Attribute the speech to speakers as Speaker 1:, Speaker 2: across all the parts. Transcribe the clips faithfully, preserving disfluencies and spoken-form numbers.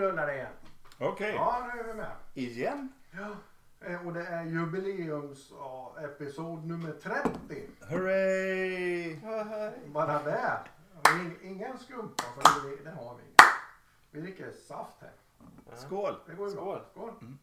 Speaker 1: rullar det igen.
Speaker 2: Okej. Okay.
Speaker 1: Ja, nu är vi med.
Speaker 2: Igen?
Speaker 1: Ja. Och det är jubileums ja, episod nummer trettio.
Speaker 2: Hurray!
Speaker 1: Bara det. Ingen skumpa för det, det har vi inga. Vi dricker saft här.
Speaker 2: Ja. Skål!
Speaker 1: Det går ju
Speaker 2: Skål.
Speaker 1: bra. Skål. Mm.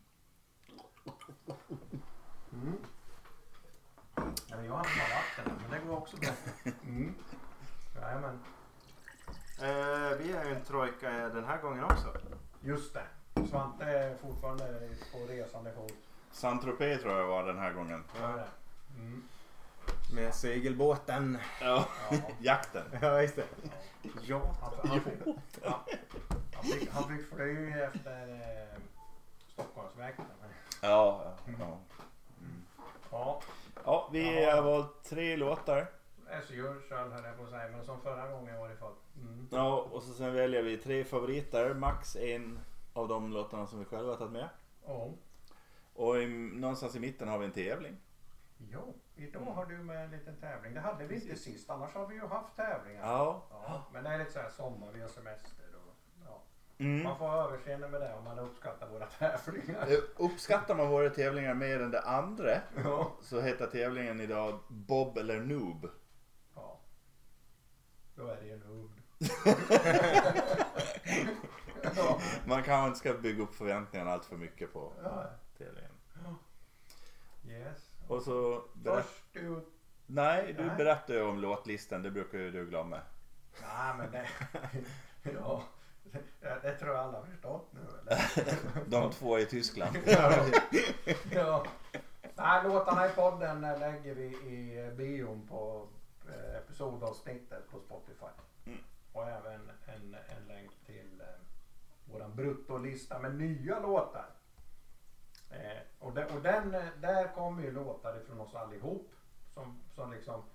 Speaker 1: Mm. Eller jag har inte vatten men det går också bra. Mm. Jajamän.
Speaker 3: Eh, vi är ju en trojka den här gången också.
Speaker 1: Just det. Svante är fortfarande på resande fot.
Speaker 2: Saint-Tropez tror jag var den här gången.
Speaker 1: Ja. Mm.
Speaker 3: Med segelbåten.
Speaker 2: Ja. Ja. Jakten.
Speaker 3: Ja, just det.
Speaker 1: Ja. Han, han, fick, ja. han, fick, han fick fly efter eh, Stockholmsvägen.
Speaker 2: Ja. Ja.
Speaker 1: Mm. Mm. Ja.
Speaker 2: Ja, vi har valt tre låtar.
Speaker 1: S U själv höll jag på att säga, men som förra gången var det för. Mm.
Speaker 2: Ja, och så sen väljer vi tre favoriter, max en av de låtarna som vi själva har tagit med.
Speaker 1: Ja.
Speaker 2: Och i, någonstans i mitten har vi en tävling.
Speaker 1: Jo, idag har du med en liten tävling. Det hade vi inte sist, annars har vi ju haft tävlingar.
Speaker 2: Ja.
Speaker 1: Ja, men det är lite så här sommar, vi har semester och ja.
Speaker 2: Mm.
Speaker 1: Man får överseende med det om man uppskattar våra tävlingar.
Speaker 2: Uppskattar man våra tävlingar mer än det andra,
Speaker 1: Ja.
Speaker 2: så heter tävlingen idag Bob eller Noob.
Speaker 1: Ja. Då är det ju noob. Ja.
Speaker 2: Man kanske inte ska bygga upp förväntningarna allt för mycket på
Speaker 1: Ja.
Speaker 2: tävlingen.
Speaker 1: Yes.
Speaker 2: Och så berätt...
Speaker 1: Först ut.
Speaker 2: Nej, du
Speaker 1: Nej.
Speaker 2: berättar ju om låtlistan, det brukar ju du glömma.
Speaker 1: Nej, men det... Ja. Det, det tror jag alla har förstått nu, eller?
Speaker 2: De två i Tyskland.
Speaker 1: Ja. Ja. Nej, låtarna i podden lägger vi i bion på eh, episodavsnittet på Spotify.
Speaker 2: Mm.
Speaker 1: Och även en, en länk till eh, våran bruttolista med nya låtar. Eh, och de, och den, där kommer ju låtar ifrån oss allihop. Som, som liksom,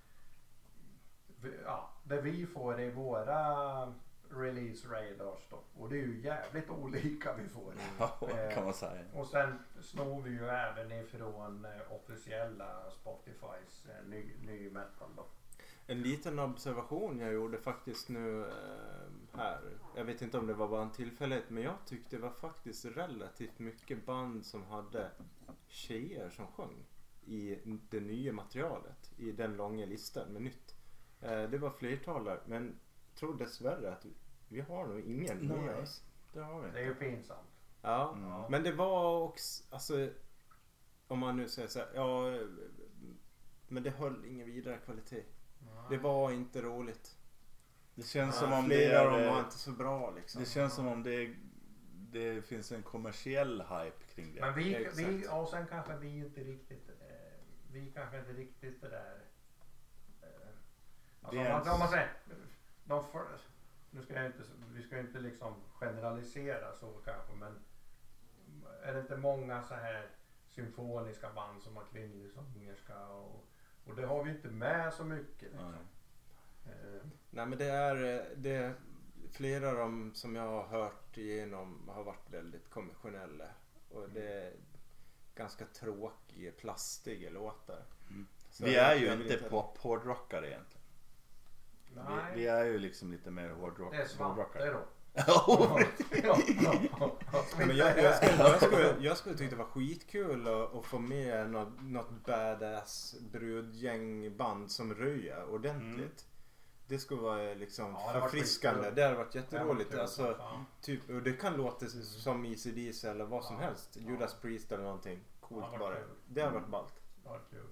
Speaker 1: ja, där vi får i våra release radars då. Och det är ju jävligt olika vi får.
Speaker 2: Ja, kan man säga.
Speaker 1: Och sen snor vi ju även ifrån eh, officiella Spotifys eh, ny, ny metal då.
Speaker 3: En liten observation jag gjorde faktiskt nu eh, här. Jag vet inte om det var bara en tillfällighet, men jag tyckte det var faktiskt relativt mycket band som hade tjejer som sjöng i det nya materialet, i den långa listan med nytt. Eh, det var flertalet, men tror dessvärre att vi har nog ingen med oss.
Speaker 2: Det har vi.
Speaker 1: Det är ju pinsamt.
Speaker 3: Ja,
Speaker 2: Mm.
Speaker 3: men det var också, alltså, om man nu säger så här, ja, men det höll ingen vidare kvalitet. Det var inte roligt.
Speaker 2: Det känns
Speaker 3: Ja,
Speaker 2: som om det
Speaker 3: flera av dem
Speaker 2: är,
Speaker 3: var inte så bra liksom.
Speaker 2: det känns som om det, det finns en kommersiell hype kring det.
Speaker 1: Men vi,
Speaker 3: Exakt.
Speaker 1: vi och sen kanske vi inte riktigt, eh, vi kanske inte riktigt det där. Eh, alltså
Speaker 2: Det är
Speaker 1: om, man,
Speaker 2: en-
Speaker 1: om man säger, de för, nu ska jag inte, vi ska inte liksom generalisera så kanske, men är det inte många så här symfoniska band som har kvinnlig sångerska och, och det har vi inte med så mycket liksom. Eh,
Speaker 3: Nej, men det är, det är flera av dem som jag har hört igenom har varit väldigt konventionella. Och det är ganska tråkiga, plastiga låtar.
Speaker 2: Mm.
Speaker 3: Så
Speaker 2: Vi
Speaker 3: jag-
Speaker 2: är ju
Speaker 3: jag vill
Speaker 2: inte pop-hårdrockare egentligen.
Speaker 1: nej,
Speaker 2: Vi, vi är ju liksom lite mer hårdrock,
Speaker 1: det är Svante
Speaker 2: hårdrockare.
Speaker 1: då.
Speaker 2: Ja.
Speaker 1: Ja, ja, ja.
Speaker 3: Ja, men jag, jag, skulle, jag, skulle, jag skulle tycka det var skitkul att, att få med något, något badass brudgängband som röjer ordentligt.
Speaker 2: Mm.
Speaker 3: Det skulle vara liksom
Speaker 1: Ja, det var
Speaker 3: förfriskande.
Speaker 1: skitkul.
Speaker 3: Det hade varit jätteroligt.
Speaker 1: Det var kul,
Speaker 3: Alltså,
Speaker 1: fan.
Speaker 3: typ, och det kan låta som E C D C eller vad som
Speaker 1: Ja.
Speaker 3: helst. Judas Priest eller någonting. Coolt
Speaker 1: Ja, det var
Speaker 3: bara.
Speaker 1: kul.
Speaker 3: Det hade varit ballt.
Speaker 1: Det var kul.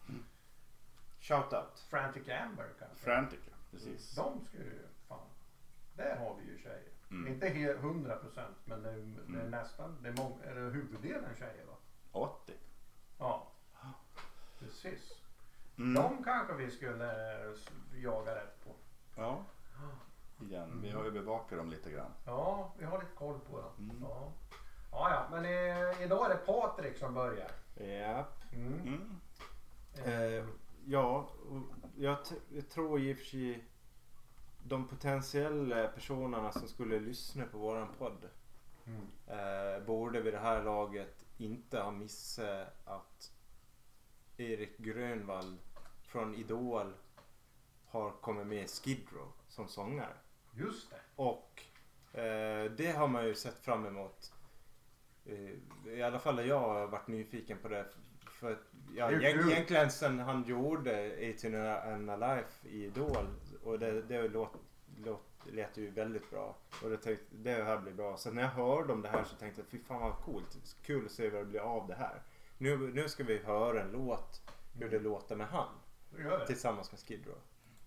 Speaker 3: Shout out.
Speaker 1: Frantic Amber kanske.
Speaker 2: Frantic, precis.
Speaker 1: De skulle ju, fan. Där har vi ju tjejer.
Speaker 2: Mm.
Speaker 1: Inte helt hundra procent, men det är, det är
Speaker 2: Mm.
Speaker 1: nästan, det är, många, är det huvuddelen tjejer va?
Speaker 2: åttio.
Speaker 1: Ja. Precis.
Speaker 2: Mm.
Speaker 1: De kanske vi skulle eh, s- jaga rätt på.
Speaker 2: Ja, igen. Vi har ju bevakat dem lite grann.
Speaker 1: Ja, vi har lite koll på dem.
Speaker 2: Mm.
Speaker 1: Ja. Ja, ja, men eh, idag är det Patrik som börjar.
Speaker 3: Ja.
Speaker 1: Mm.
Speaker 2: Mm.
Speaker 3: Eh, ja, och jag, t- jag tror i och för sig de potentiella personerna som skulle lyssna på våran podd
Speaker 1: Mm.
Speaker 3: eh, borde vid det här laget inte ha missat att Erik Grönvall från Idol har kommit med Skid Row som sångare.
Speaker 1: Just det.
Speaker 3: Och Eh, det har man ju sett fram emot. Eh, I alla fall har jag varit nyfiken på det. För att, ja,
Speaker 1: Det är ju
Speaker 3: egent-
Speaker 1: kul.
Speaker 3: egentligen sen han gjorde eighteen and Alive i Idol. Och det, det låt, låt, lät ju väldigt bra. Och det, tänkte, det här blir bra. Så när jag hörde om det här så tänkte jag, fy fan vad coolt. Kul att se vad det blir av det här. Nu, nu ska vi höra en låt. Hur det låter med han.
Speaker 1: Det gör det.
Speaker 3: Tillsammans med Skid Row.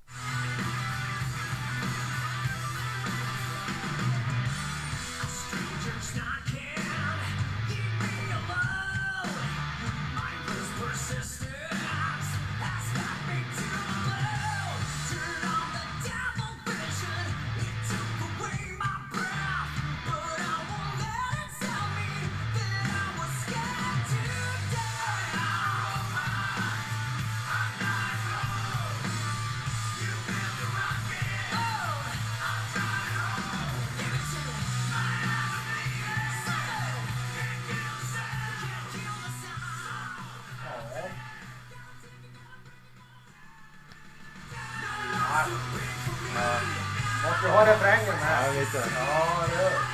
Speaker 1: Måste ha refrängen här.
Speaker 3: Ja, lite.
Speaker 1: Ja, det gör det.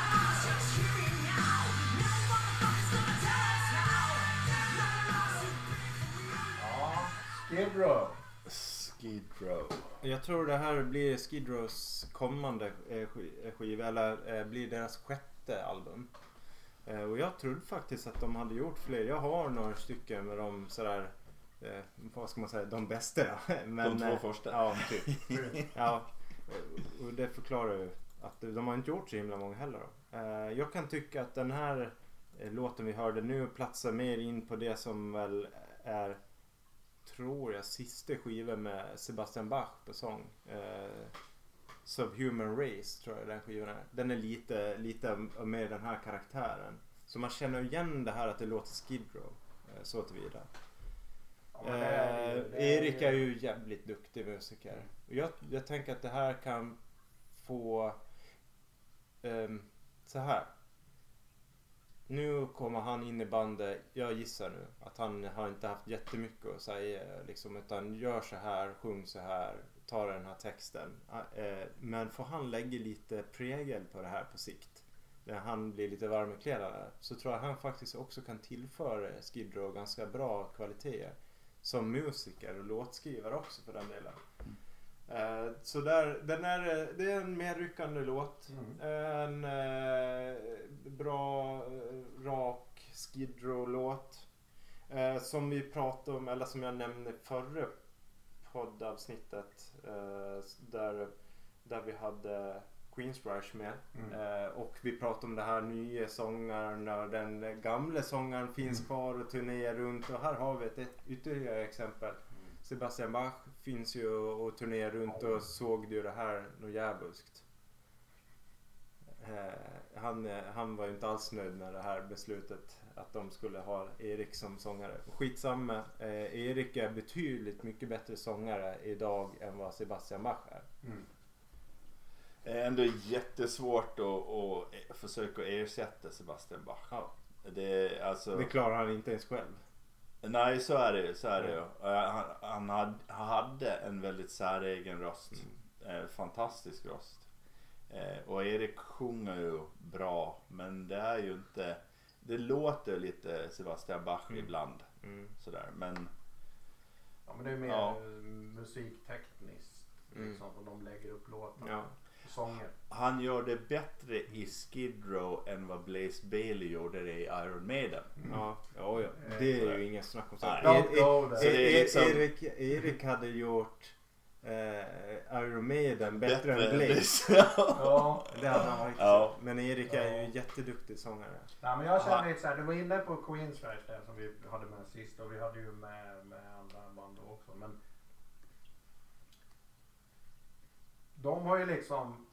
Speaker 1: Ja, Skid Row.
Speaker 2: Skid Row.
Speaker 3: Jag tror det här blir Skid Rows kommande eh, sk- eh, skiva, eller eh, blir deras sjätte album. Eh, och jag trodde faktiskt att de hade gjort fler. Jag har några stycken med de sådär, eh, vad ska man säga, de bästa. Men,
Speaker 2: De två
Speaker 3: eh,
Speaker 2: första.
Speaker 3: Ja, typ. Ja, eh, och det förklarar ju att de har inte gjort så himla många heller. Då. Eh, jag kan tycka att den här eh, låten vi hörde nu platsar mer in på det som väl är, tror jag, sista skivan med Sebastian Bach på sång. Eh, Subhuman Race tror jag den skivan är. Den är lite, lite med den här karaktären. Så man känner igen det här att det låter Skid Row. Eh, så tillvida.
Speaker 1: Ja, men det är ju-
Speaker 3: Eh,
Speaker 1: det är ju-
Speaker 3: Erik är ju jävligt duktig musiker. Och jag, jag tänker att det här kan få ehm, så här. Nu kommer han in i bandet, jag gissar nu att han har inte haft jättemycket att säga liksom, utan gör så här, sjung så här, tar den här texten. Eh, men får han lägga lite prägel på det här på sikt, när han blir lite varm i kläderna, så tror jag han faktiskt också kan tillföra Skid Row ganska bra kvalitet som musiker och låtskrivare också för den delen. Eh, så där, den är, det är en mer ryckande låt.
Speaker 1: Mm.
Speaker 3: En eh, bra, eh, rak Skid Row-låt. Eh, som vi pratade om, eller som jag nämnde förra poddavsnittet. Eh, där, där vi hade Queens Rush med.
Speaker 1: Mm.
Speaker 3: Eh, och vi pratade om det här nya sångaren, när den gamla sångaren finns
Speaker 1: Mm.
Speaker 3: kvar och turnerar runt. Och här har vi ett, ett ytterligare exempel. Sebastian Bach finns ju och turnerar runt och såg ju det här något jävulskt. Eh, han, han var ju inte alls nöjd med det här beslutet att de skulle ha Erik som sångare. Skitsamma, eh, Erik är betydligt mycket bättre sångare idag än vad Sebastian Bach är.
Speaker 1: Mm.
Speaker 2: Det är ändå jättesvårt att, att försöka ersätta Sebastian Bach.
Speaker 3: Ja.
Speaker 2: Det är alltså...
Speaker 3: Det klarar han inte ens själv.
Speaker 2: Nej, så är det, så är det ju. Han, han hade, hade en väldigt säregen röst.
Speaker 3: Mm.
Speaker 2: Eh, fantastisk röst. Eh, och Erik sjunger ju bra, men det är ju inte... Det låter lite Sebastian Bach
Speaker 3: Mm.
Speaker 2: ibland.
Speaker 3: Mm.
Speaker 2: Sådär, men...
Speaker 1: Ja, men det är mer
Speaker 2: Ja.
Speaker 1: musiktekniskt
Speaker 3: Mm.
Speaker 1: liksom, och de lägger upp låtar
Speaker 3: Ja.
Speaker 1: och sånger.
Speaker 2: Han gör det bättre i Skid Row än vad Blaze Bayley gjorde det i Iron Maiden.
Speaker 3: Ja, ja, ja. Det är ju ingen snack om
Speaker 2: Nej.
Speaker 3: saken.
Speaker 1: Don't go there.
Speaker 2: Så det är liksom-
Speaker 3: Erik, Erik hade gjort eh, Iron Maiden bättre, än Blaze.
Speaker 1: Ja.
Speaker 3: Det hade han varit.
Speaker 2: Ja.
Speaker 3: Men Erik är ju
Speaker 1: Ja.
Speaker 3: en jätteduktig sångare.
Speaker 1: Nej, men jag känner
Speaker 2: Aha.
Speaker 1: lite såhär, du var inne på Queens Rush där som vi hade med sist och vi hade ju med, med andra band då också. Men de har ju liksom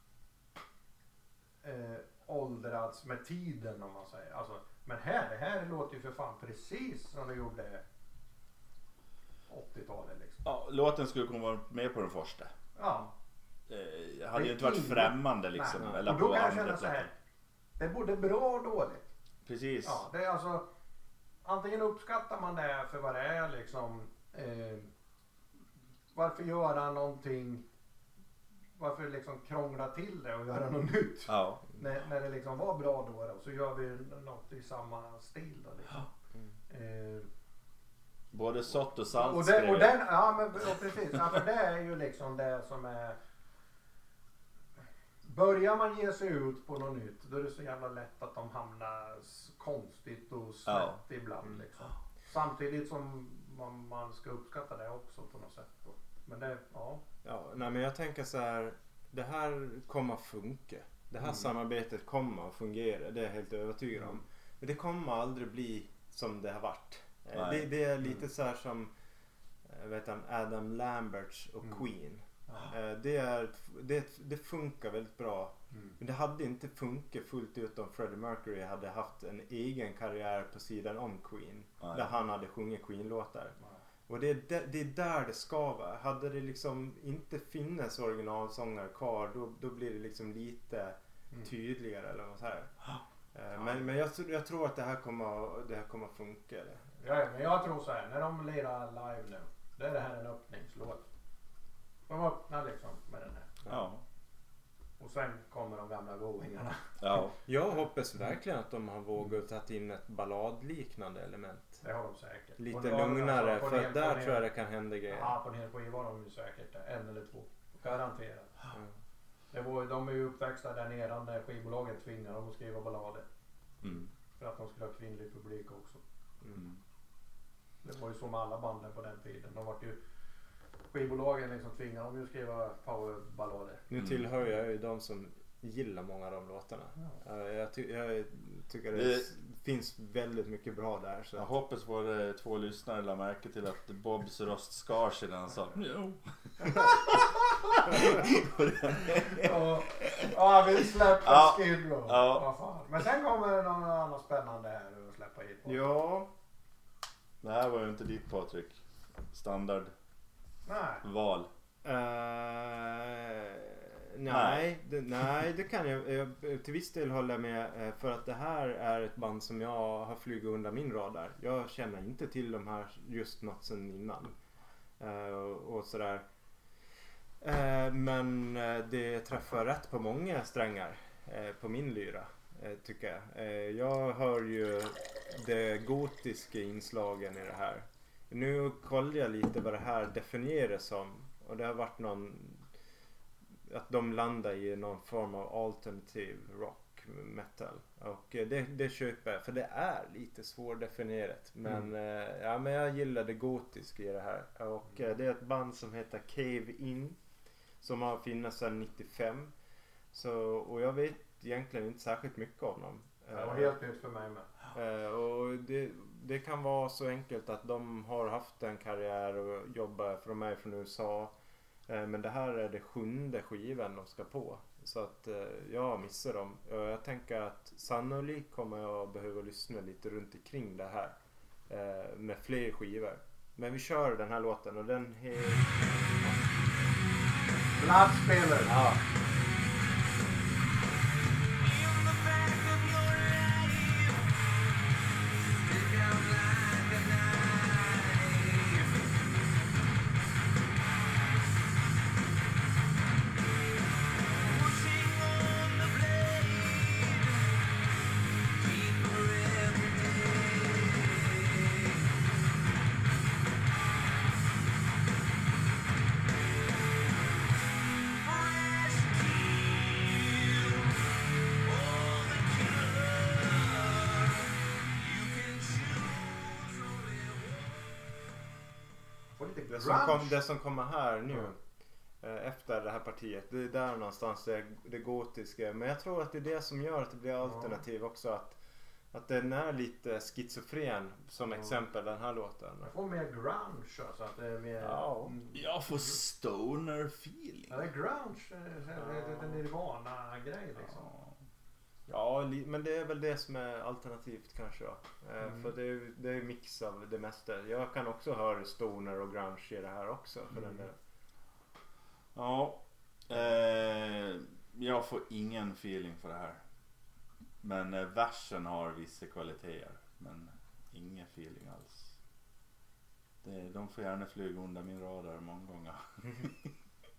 Speaker 1: eh, åldrats med tiden om man säger. Alltså, men här, det här låter ju för fan precis som det gjorde åttiotalet liksom.
Speaker 2: Ja, låten skulle kunna vara med på den första.
Speaker 1: Ja.
Speaker 2: Eh, Jag hade
Speaker 1: Det
Speaker 2: ju inte varit
Speaker 1: ingen-
Speaker 2: främmande liksom.
Speaker 1: Nej.
Speaker 2: Eller
Speaker 1: Och då
Speaker 2: på
Speaker 1: kan jag
Speaker 2: andra
Speaker 1: känna så här,
Speaker 2: plattor.
Speaker 1: det är både bra och dåligt.
Speaker 2: Precis.
Speaker 1: Ja, det är alltså antingen uppskattar man det för vad det är liksom. Eh, varför göra någonting? varför liksom krångla till det och göra något nytt?
Speaker 2: Ja.
Speaker 1: När, när det liksom var bra då, då så gör vi något i samma stil då liksom.
Speaker 3: Mm.
Speaker 1: Eh,
Speaker 2: Både sött och salt
Speaker 1: och,
Speaker 2: skrev
Speaker 1: den, och
Speaker 2: jag.
Speaker 1: den, ja men ja, precis. Ja, för det är ju liksom det som är. Börjar man ge sig ut på något nytt då är det så jävla lätt att de hamnar s- konstigt och snett
Speaker 2: Ja.
Speaker 1: ibland liksom. Samtidigt som man, man ska uppskatta det också på något sätt då. Men det, ja.
Speaker 3: Ja, nej men jag tänker så här, det här kommer att funka. Det här
Speaker 1: Mm.
Speaker 3: samarbetet kommer att fungera, det är jag helt övertygad om.
Speaker 1: Mm.
Speaker 3: Men det kommer aldrig bli som det har varit. Eh,
Speaker 2: Nej.
Speaker 3: Det, det är lite
Speaker 1: Mm.
Speaker 3: så här som jag vet inte, Adam Lamberts och
Speaker 1: Mm.
Speaker 3: Queen.
Speaker 1: Ja.
Speaker 3: Eh, Det, är, det, det funkar väldigt bra.
Speaker 1: Mm.
Speaker 3: Men det hade inte funkat fullt ut om Freddie Mercury hade haft en egen karriär på sidan om Queen.
Speaker 2: Nej.
Speaker 3: Där han hade sjungit Queen-låtar.
Speaker 1: Ja.
Speaker 3: Och det är, där, det är där det ska vara. Hade det liksom inte finnes originalsångare kvar då, då blir det liksom lite
Speaker 1: Mm.
Speaker 3: tydligare eller vad så här. Eh, Men, men jag, jag tror att det här kommer, det här kommer funka.
Speaker 1: Ja, ja, men jag tror så här, när de lirar live nu, då är det här en öppningslåt. De öppnar liksom med den här.
Speaker 2: Ja.
Speaker 1: Och sen kommer de gamla godingarna.
Speaker 2: Ja.
Speaker 3: Jag hoppas verkligen att de har vågat ta in ett balladliknande element.
Speaker 1: Det har de säkert.
Speaker 3: Lite
Speaker 1: Och det var-
Speaker 3: lugnare
Speaker 1: alltså, på
Speaker 3: för
Speaker 1: ner-
Speaker 3: att där
Speaker 1: på
Speaker 3: tror jag
Speaker 1: ner-
Speaker 3: det kan hända grejer.
Speaker 1: Ja, på Nere har de ju säkert det. En eller två. Garanterat.
Speaker 3: Mm.
Speaker 1: Det var, de är ju uppväxta där nere när skivbolaget tvingade dem att skriva ballader.
Speaker 2: Mm.
Speaker 1: För att de skulle ha kvinnlig publik också.
Speaker 3: Mm.
Speaker 1: Det var ju så med alla banden på den tiden. De var ju, skivbolagen liksom tvingade dem ju att skriva powerballader.
Speaker 3: Nu
Speaker 2: Mm.
Speaker 3: tillhör jag ju de som gillar många av de låtarna.
Speaker 1: Ja.
Speaker 3: Eh, Jag, ty- jag tycker det,
Speaker 2: Det-
Speaker 3: s- finns väldigt mycket bra där. Så
Speaker 2: Jag
Speaker 3: att-
Speaker 2: hoppas våra två lyssnare la märke till att Bobs röst skar sig när han sa jo.
Speaker 1: Ja, ja, vi släpper
Speaker 2: Ja.
Speaker 1: Skid Row.
Speaker 2: Ja.
Speaker 1: Vad fan. Men sen kommer det något annat spännande här nu att släppa hit på.
Speaker 3: Ja,
Speaker 2: Det här var ju inte ditt Patrik. Standardval.
Speaker 1: Nej.
Speaker 3: Eh, nej, det, nej, det kan jag, jag till viss del hålla med eh, för att det här är ett band som jag har flugit under min radar. Jag känner inte till de här just något sen innan. Eh, och, och sådär. Eh, men eh, det träffar rätt på många strängar eh, på min lyra. eh, Tycker jag. Eh, jag hör ju de gotiska inslagen i det här. Nu kollar jag lite vad det här definieras som. Och det har varit någon att de landar i någon form av alternative rock metal. Och eh, det, det köper jag för det är lite svårdefinierat. Men, eh, ja, men jag gillar det gotiska i det här. Och eh, det är ett band som heter Cave In. Som har funnits sedan nittiofem. Så, och jag vet egentligen inte särskilt mycket om dem.
Speaker 1: Det var helt nytt för mig med.
Speaker 3: Eh, och det, det kan vara så enkelt att de har haft en karriär och jobbar för de är från U S A. Eh, men det här är det sjunde skivan de ska på. Så att eh, jag missar dem. Och jag tänker att sannolikt kommer jag behöva lyssna lite runt omkring det här. Eh, med fler skivor. Men vi kör den här låten och den heter...
Speaker 1: Bloodspiller.
Speaker 3: Ja.
Speaker 1: Och lite
Speaker 3: Det som, kom,
Speaker 1: grunge.
Speaker 3: det som kommer här nu eh, efter det här partiet, det är där någonstans det, det gotiska. Men jag tror att det är det som gör att det blir alternativ också. Att, att den är lite schizofren som
Speaker 1: Ja.
Speaker 3: exempel den här låten.
Speaker 1: Jag får mer grunge alltså. Att det är mer...
Speaker 3: Ja.
Speaker 1: Mm.
Speaker 2: Jag får stoner feeling.
Speaker 1: Ja, det är grunge. Det är lite Nirvana-grej liksom.
Speaker 3: Ja, li- men det är väl det som är alternativt kanske. Ja. Eh,
Speaker 1: Mm.
Speaker 3: För det är, det är mix av det mesta. Jag kan också höra stoner och grunge i det här också. För
Speaker 1: Mm.
Speaker 3: den där.
Speaker 2: Ja. Eh, jag får ingen feeling för det här. Men eh, versen har vissa kvaliteter. Men ingen feeling alls. Det, de får gärna flyga under min radar många gånger.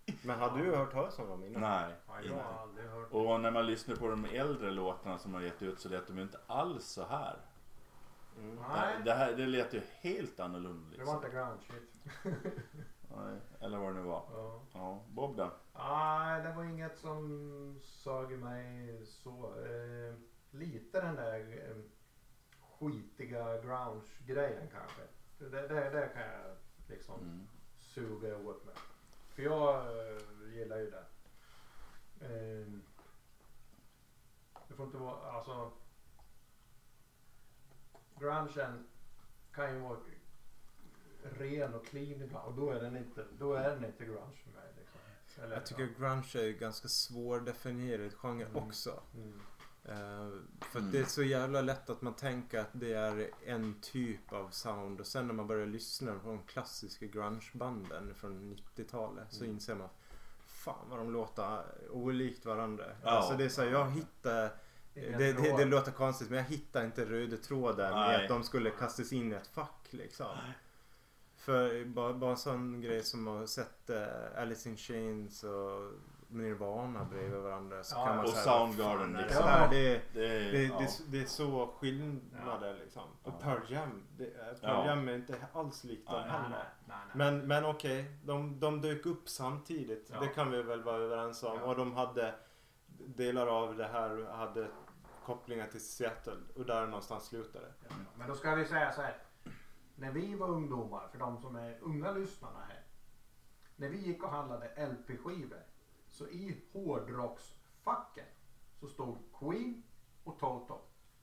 Speaker 3: Men har du hört talas om dem innan?
Speaker 2: Nej,
Speaker 1: Ja, jag
Speaker 2: inte.
Speaker 1: har aldrig hört.
Speaker 2: Och när man lyssnar på de äldre låtarna som har gett ut så lät de ju inte alls så här.
Speaker 3: Mm.
Speaker 1: Nej,
Speaker 2: Det, här, det lät ju helt annorlunda
Speaker 1: det var
Speaker 2: liksom.
Speaker 1: inte grunge shit.
Speaker 2: Nej, eller vad det nu var.
Speaker 1: Ja.
Speaker 2: Ja, Bob då?
Speaker 1: Nej, det var inget som sög i mig så. Eh, lite den där eh, skitiga grunge-grejen kanske. Det, det, det kan jag liksom
Speaker 2: Mm.
Speaker 1: suga åt mig. För jag eh, gillar ju det. Eh, det får inte vara, alltså. Grungen kan ju vara ren och clean ibland och då är den inte, då är den inte grunge för mig. Liksom. Eller,
Speaker 3: Jag tycker
Speaker 1: ja.
Speaker 3: grunge är ganska svårdefinierad genre
Speaker 1: Mm.
Speaker 3: också.
Speaker 1: Mm.
Speaker 3: Uh, för
Speaker 2: Mm.
Speaker 3: att det är så jävla lätt att man tänker att det är en typ av sound och sen när man börjar lyssna på de klassiska grungebanden från nittiotalet så
Speaker 1: Mm.
Speaker 3: inser man fan vad de låter olikt varandra.
Speaker 2: Ja.
Speaker 3: Alltså det är så här, jag hittar
Speaker 1: Ingen
Speaker 3: det, det,
Speaker 1: tråd.
Speaker 3: det låter konstigt men jag hittar inte röda tråden i
Speaker 2: Nej.
Speaker 3: att de skulle kastas in i ett fack liksom. För bara, bara en sån grej som att sätta Alice in Chains och Nirvana bredvid varandra så
Speaker 1: Ja,
Speaker 3: kan man
Speaker 2: och
Speaker 3: säga
Speaker 2: Soundgarden,
Speaker 3: vad fan är det
Speaker 2: liksom.
Speaker 3: här? Det,
Speaker 2: Det är,
Speaker 3: det,
Speaker 2: ja.
Speaker 3: det, det är så skillnader liksom. Och
Speaker 2: Ja.
Speaker 3: Pearl Jam, det, Pearl
Speaker 2: Ja.
Speaker 3: Jam är inte alls likt dem
Speaker 2: Nej.
Speaker 1: Nej,
Speaker 3: heller.
Speaker 1: nej, nej, nej.
Speaker 3: Men, men okej, de, de dök upp samtidigt.
Speaker 1: Ja.
Speaker 3: Det kan vi väl vara överens om.
Speaker 1: Ja.
Speaker 3: Och de hade delar av det här hade kopplingar till Seattle och där någonstans slutade.
Speaker 1: Ja, men då ska vi säga så här. När vi var ungdomar, för de som är unga lyssnarna här. När vi gick och handlade L P-skivor så i hårdrocksfacken så stod Queen och Toto.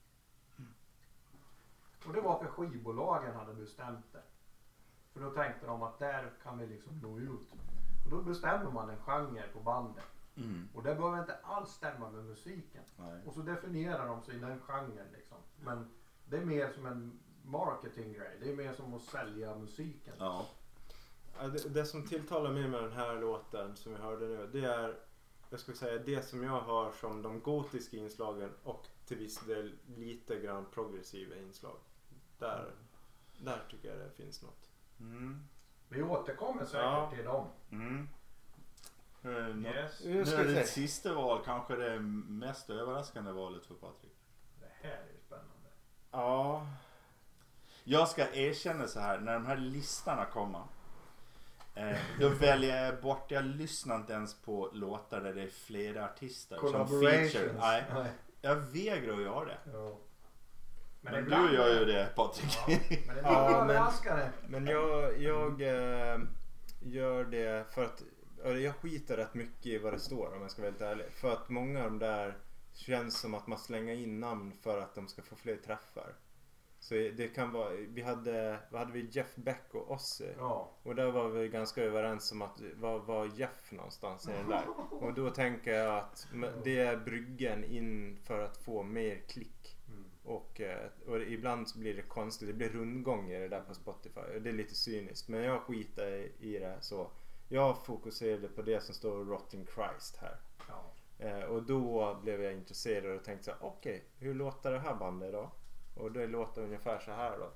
Speaker 1: Och det var för skivbolagen hade bestämt det. För då tänkte de att där kan vi liksom nå ut. Och då bestämmer man en genre på bandet.
Speaker 2: Mm.
Speaker 1: Och det behöver inte alls stämma med musiken.
Speaker 2: Nej.
Speaker 1: Och så definierar de sig i den genren liksom. Men det är mer som en marketinggrej. Det är mer som att sälja musiken.
Speaker 2: Ja.
Speaker 3: Ja, det, det som tilltalar mig med den här låten som vi hörde nu, det är, jag skulle säga, det som jag har som de gotiska inslagen och till viss del lite grann progressiva inslag. Där, där tycker jag det finns något.
Speaker 2: Mm.
Speaker 1: Vi återkommer säkert
Speaker 3: Ja.
Speaker 1: till dem.
Speaker 2: Mm. Eh, nå-
Speaker 1: Yes.
Speaker 3: Nu
Speaker 2: Nu
Speaker 3: ska
Speaker 2: är
Speaker 3: vi
Speaker 2: det
Speaker 3: se.
Speaker 2: sista val kanske det mest överraskande valet för Patrik.
Speaker 1: Det här är ju spännande.
Speaker 3: Ja,
Speaker 2: Jag ska erkänna så här, när de här listorna kommer. Eh, då väljer jag bort, jag lyssnar inte ens på låtar där det är flera artister som feature.
Speaker 1: Collaborations.
Speaker 2: Nej,
Speaker 1: Nej.
Speaker 2: jag vägrar att göra det.
Speaker 1: Ja.
Speaker 2: Men,
Speaker 1: ibland-
Speaker 2: du gör ju det Patrik.
Speaker 1: Ja, men det är
Speaker 3: Ja,
Speaker 1: lite
Speaker 3: men-
Speaker 1: överraskande.
Speaker 3: men jag, jag eh, gör det för att eller jag skiter rätt mycket i vad det står om jag ska vara helt ärlig. För att många av de där känns som att man slänger in namn för att de ska få fler träffar. Så det kan vara, vi hade, vad hade vi, Jeff Beck och Ozzy.
Speaker 1: Ja.
Speaker 3: Och där var vi ganska överens om att var var Jeff någonstans i den där. Och då tänker jag att det är bryggen in för att få mer klick.
Speaker 1: Mm.
Speaker 3: Och, eh, och ibland så blir det konstigt, det blir rundgång i det där på Spotify. Och det är lite cyniskt, men jag skiter i, i det så. Jag fokuserade på det som står Rotting Christ här.
Speaker 1: Ja.
Speaker 3: Eh, och då blev jag intresserad och tänkte så här: okej, okay, hur låter det här bandet då? Och det låter ungefär så här då.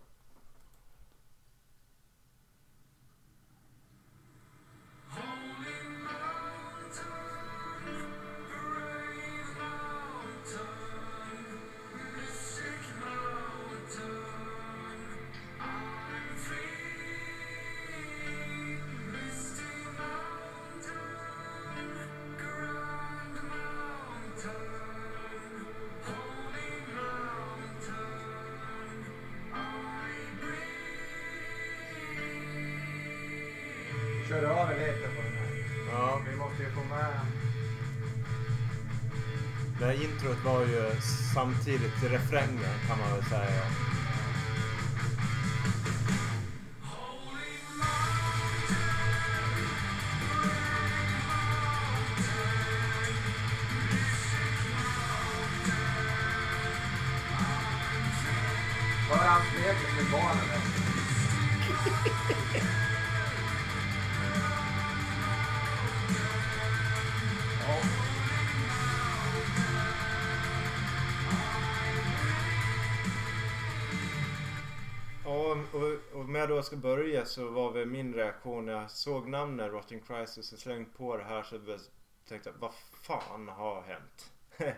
Speaker 1: Kör över lite på den här.
Speaker 3: Ja.
Speaker 1: Vi måste ju få med.
Speaker 3: Det här introt var ju samtidigt refrängen kan man väl säga.
Speaker 1: Hör han leker med barnen där. Ja.
Speaker 3: Ja, och om jag då ska börja så var väl min reaktion när jag såg namnet Rotting Crisis och slängde på det här så tänkte jag, vad fan har hänt?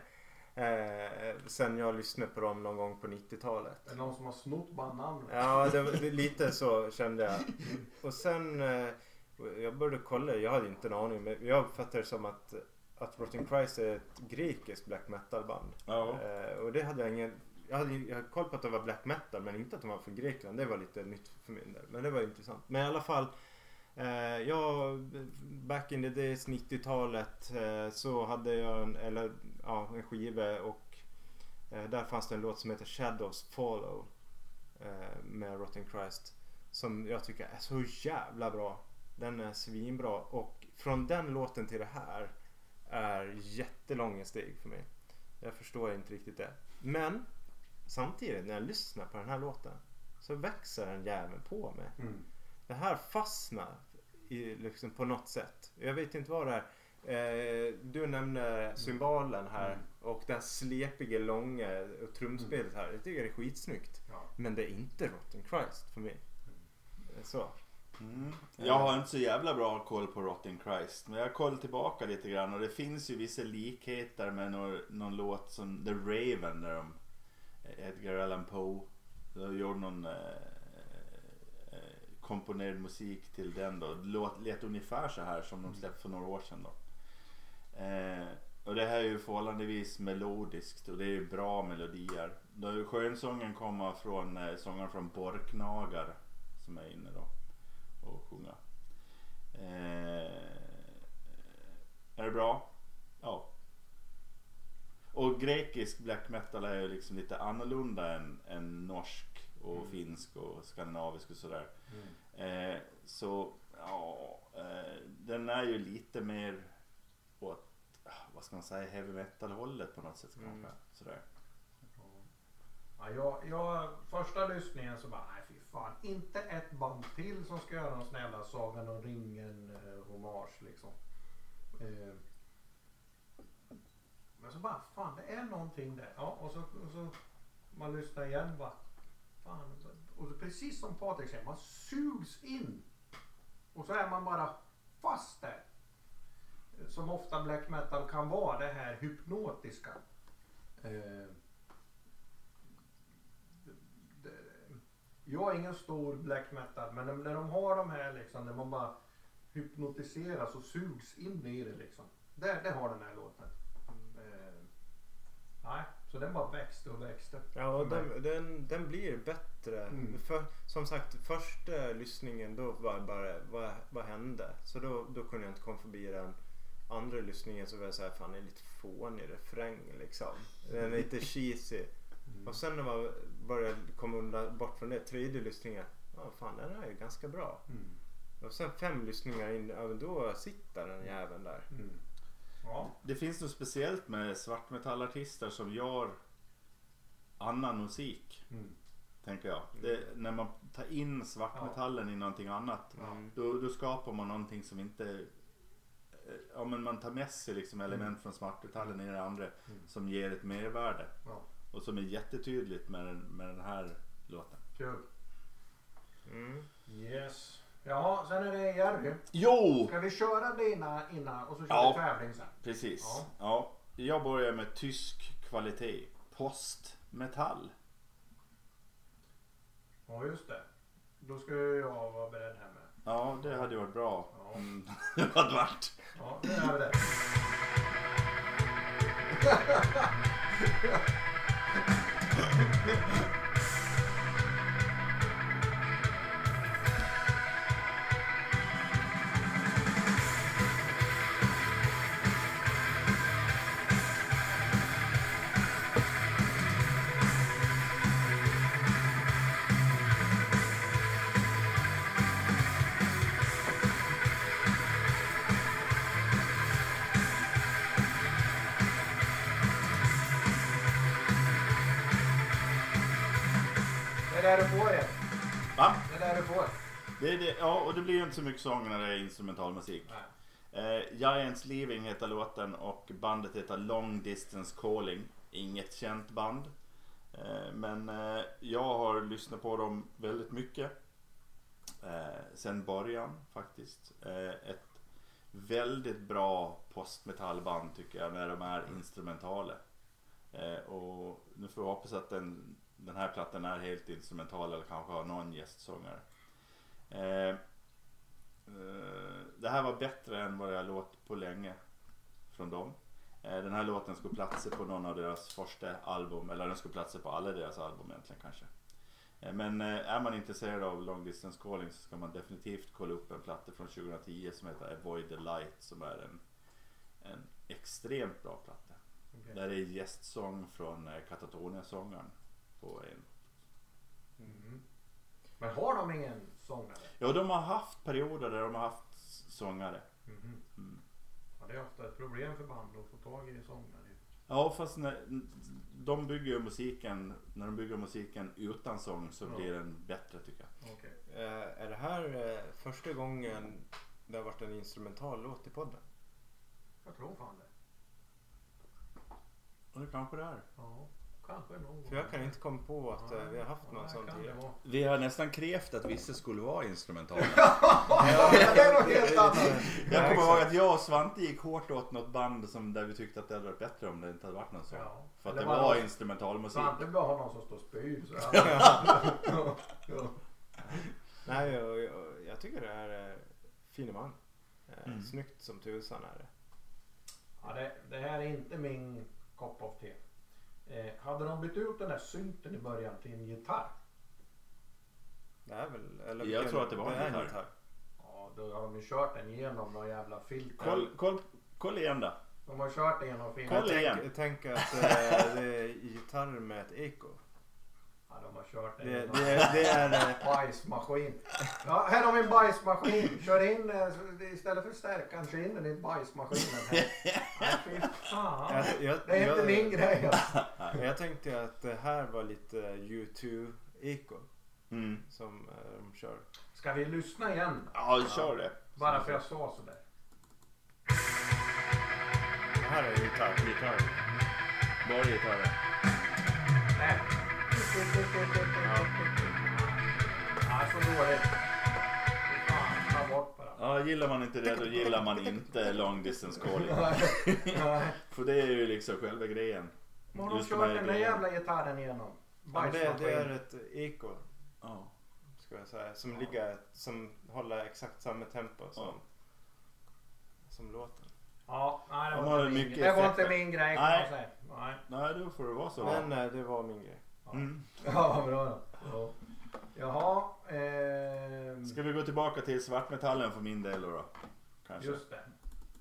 Speaker 3: eh, sen jag lyssnade på dem någon gång på nittiotalet.
Speaker 1: Är det någon som har snott bandnamnet?
Speaker 3: Ja, det, det, lite så kände jag. Och sen eh, jag började kolla, jag hade inte en aning, men jag uppfattade det som att att Rotting Crisis är ett grekiskt black metal band.
Speaker 2: Ja.
Speaker 3: Eh, och det hade jag ingen Jag hade, jag hade koll på att det var black metal, men inte att de var från Grekland. Det var lite nytt för mig där. Men det var intressant. Men i alla fall, eh, jag, back in the days, nittiotalet, eh, så hade jag en, eller, ja, en skiva och eh, där fanns det en låt som heter Shadows Follow eh, med Rotting Christ. Som jag tycker är så jävla bra. Den är svinbra. Och från den låten till det här är jättelånga steg för mig. Jag förstår inte riktigt det. Men samtidigt när jag lyssnar på den här låten så växer den jäveln på mig. Mm. Det här fastnar i, liksom, på något sätt. Jag vet inte vad det är. Eh, du nämnde cymbalen här mm. och det här slepiga, långa och trumspelet här. Jag tycker det är skitsnyggt. Ja. Men det är inte Rotting Christ för mig. Mm. Så.
Speaker 2: Mm. Jag har inte så jävla bra koll på Rotting Christ, men jag kollar tillbaka lite grann och det finns ju vissa likheter med någon, någon låt som The Raven där de Edgar Allan Poe de gjorde någon eh, eh, komponerad musik till den då. Det låt, lät ungefär så här som de släppte för några år sedan då. Eh, och det här är ju förhållandevis melodiskt och det är ju bra melodier. Då skönsången kommer från eh, sångaren från Borknagar som är inne då och sjunga. Eh, är det bra? Ja. Och grekisk black metal är ju liksom lite annorlunda än, än norsk och mm. finsk och skandinavisk och sådär. Mm. Eh, så ja, eh, den är ju lite mer åt, vad ska man säga, heavy metal hållet på något sätt kanske. Mm. Sådär.
Speaker 1: Ja, jag, jag, första lyssningen så bara, nej fy fan, inte ett band till som ska göra någon sån jävla Sagan om ringen eh, hommage liksom. Eh, men så bara, fan det är någonting där. Ja, och så, och så man lyssnar igen bara, fan, och så, precis som Patrik säger, man sugs in. Och så är man bara fast där. Som ofta black metal kan vara, det här hypnotiska. Eh, Jag är ingen stor black metal, men när de har de här liksom, när man bara hypnotiseras och sugs in i det liksom. Det, det har den här låten. Mm. Eh, nej, så den bara växte och växte.
Speaker 3: Ja, och den, den, den blir bättre. Mm. För, som sagt, första lyssningen då var bara, vad, vad hände? Så då, då kunde jag inte komma förbi den. Andra lyssningen så var jag såhär, fan det är lite fånig refräng liksom. Den är lite cheesy. Mm. Och sen när man började komma undan, bort från det, tredje lyssningen, ja fan den här är ju ganska bra. Mm. Och sen fem lyssningar in, ja, då sitter den jäveln där. Mm.
Speaker 2: Ja. Det finns något speciellt med svartmetallartister som gör annan musik. Mm. Tänker jag. Det, när man tar in svartmetallen ja. i någonting annat, mm. då, då skapar man någonting som inte, ja men man tar med sig liksom element mm. från svartmetallen i det andra mm. som ger ett mervärde. Ja. Och som är jättetydligt med den, med den här låten.
Speaker 1: Kul. Mm. Yes. Ja, sen är det Jerry.
Speaker 2: Jo!
Speaker 1: Ska vi köra det innan, innan och så kör
Speaker 2: ja,
Speaker 1: vi tävling sen?
Speaker 2: Precis. Ja. ja. Jag börjar med tysk kvalitet. Postmetall.
Speaker 1: Ja, just det. Då ska jag vara beredd här med.
Speaker 2: Ja, det hade ju varit bra. Ja. Mm. Det hade varit.
Speaker 1: Ja, det är det. Det är det du får det.
Speaker 2: Va?
Speaker 1: Det är det du får.
Speaker 2: Det är det, ja, och det blir ju inte så mycket sång när det är instrumentalmusik. Eh, Giants Leaving heter låten och bandet heter Long Distance Calling. Inget känt band. Eh, men eh, jag har lyssnat på dem väldigt mycket. Eh, sen början faktiskt. Eh, ett väldigt bra postmetallband tycker jag när de är instrumentala. Eh, och nu får jag hoppas att den, den här plattan är helt instrumental eller kanske har någon gästsångare. Eh, eh, det här var bättre än vad jag låt på länge från dem. Eh, den här låten skulle platsa på någon av deras första album, eller den skulle platsa på alla deras album egentligen kanske. Eh, men eh, är man intresserad av Long Distance Calling så ska man definitivt kolla upp en platta från tjugohundratio som heter Avoid the Light, som är en, en extremt bra platta. Okay. Där är gästsång från eh, Katatonia-sångaren på en.
Speaker 1: Mm. Men har de ingen sångare?
Speaker 2: Ja, de har haft perioder där de har haft sångare.
Speaker 1: Mm. Mm. Ja, det är ofta ett problem för band att få tag i sångare.
Speaker 2: Ja, fast när de bygger musiken, när de bygger musiken utan sång så blir den bättre tycker jag.
Speaker 3: Okay. Eh, är det här eh, första gången det har varit en instrumental låt i podden?
Speaker 1: Jag tror fan det.
Speaker 2: Och det kanske det är.
Speaker 1: Ja, kanske någon.
Speaker 3: För jag kan inte komma på att ja, vi har haft någon
Speaker 1: ja,
Speaker 3: sån tidigare.
Speaker 2: Vi har nästan krävt att vissa skulle vara instrumentala.
Speaker 1: Ja, det är något helt annat.
Speaker 2: Jag kommer ihåg att jag och Svante gick hårt åt något band som där vi tyckte att det hade varit bättre om det inte hade varit någon sån. Ja, för att det, det var, var instrumentalmusik.
Speaker 1: Svante bara har någon som står och spyr. Så
Speaker 3: ja. Ja. Ja. Nej, jag, jag, jag tycker det är fin man. Mm. Snyggt som tusan är det.
Speaker 1: Ja, det, det här är inte min kopp av te. Eh, hade de bytt ut den där synten i början till en gitarr?
Speaker 3: Det är väl, eller
Speaker 2: jag
Speaker 3: en,
Speaker 2: tror att det var
Speaker 3: det
Speaker 2: en gitarr.
Speaker 3: gitarr.
Speaker 1: Ja, då har de ju kört den igenom någon jävla filter.
Speaker 2: Koll, koll, koll igen då.
Speaker 1: De har kört den genom filter.
Speaker 2: Koll igen.
Speaker 3: Jag tänker att äh, det är gitarr med ett eko.
Speaker 1: Ja, de har kört den
Speaker 3: det,
Speaker 1: genom
Speaker 3: det, är, det är
Speaker 1: en bajsmaskin. Ja, här har vi en bajsmaskin. Kör in istället för stärkan, kör in den i bajsmaskinen här. Ja, fy fan.
Speaker 3: Jag, jag,
Speaker 1: det är
Speaker 3: jag,
Speaker 1: inte min grej.
Speaker 3: Jag tänkte att det här var lite U två eko
Speaker 2: mm.
Speaker 3: som äh, de kör.
Speaker 1: Ska vi lyssna igen?
Speaker 2: Ja, kör det.
Speaker 1: Bara för jag sa sådär.
Speaker 3: Det här är gitarr.
Speaker 2: Gitarr. Bara gitarr.
Speaker 1: Nej. Ja, så dåligt. Fan, ta bort bara.
Speaker 2: Ja, gillar man inte det då gillar man inte Long Distance Calling. För det är ju liksom själva grejen.
Speaker 1: Men har de kört den där jävla gitarren igenom?
Speaker 3: Ja, det, det är ett eko.
Speaker 2: Ja.
Speaker 3: Ska jag säga. Som ja. ligger, som håller exakt samma tempo som, ja. som låten.
Speaker 1: Ja, nej, det
Speaker 2: de
Speaker 1: var, inte min, det var inte min grej kan
Speaker 2: nej.
Speaker 1: man säga. Nej.
Speaker 2: Nej, då får det vara så.
Speaker 3: Men nej, det var min grej.
Speaker 1: Ja, mm. Ja bra då. Ja. Jaha. Eh...
Speaker 2: Ska vi gå tillbaka till svartmetallen för min del då? Kanske.
Speaker 1: Just det.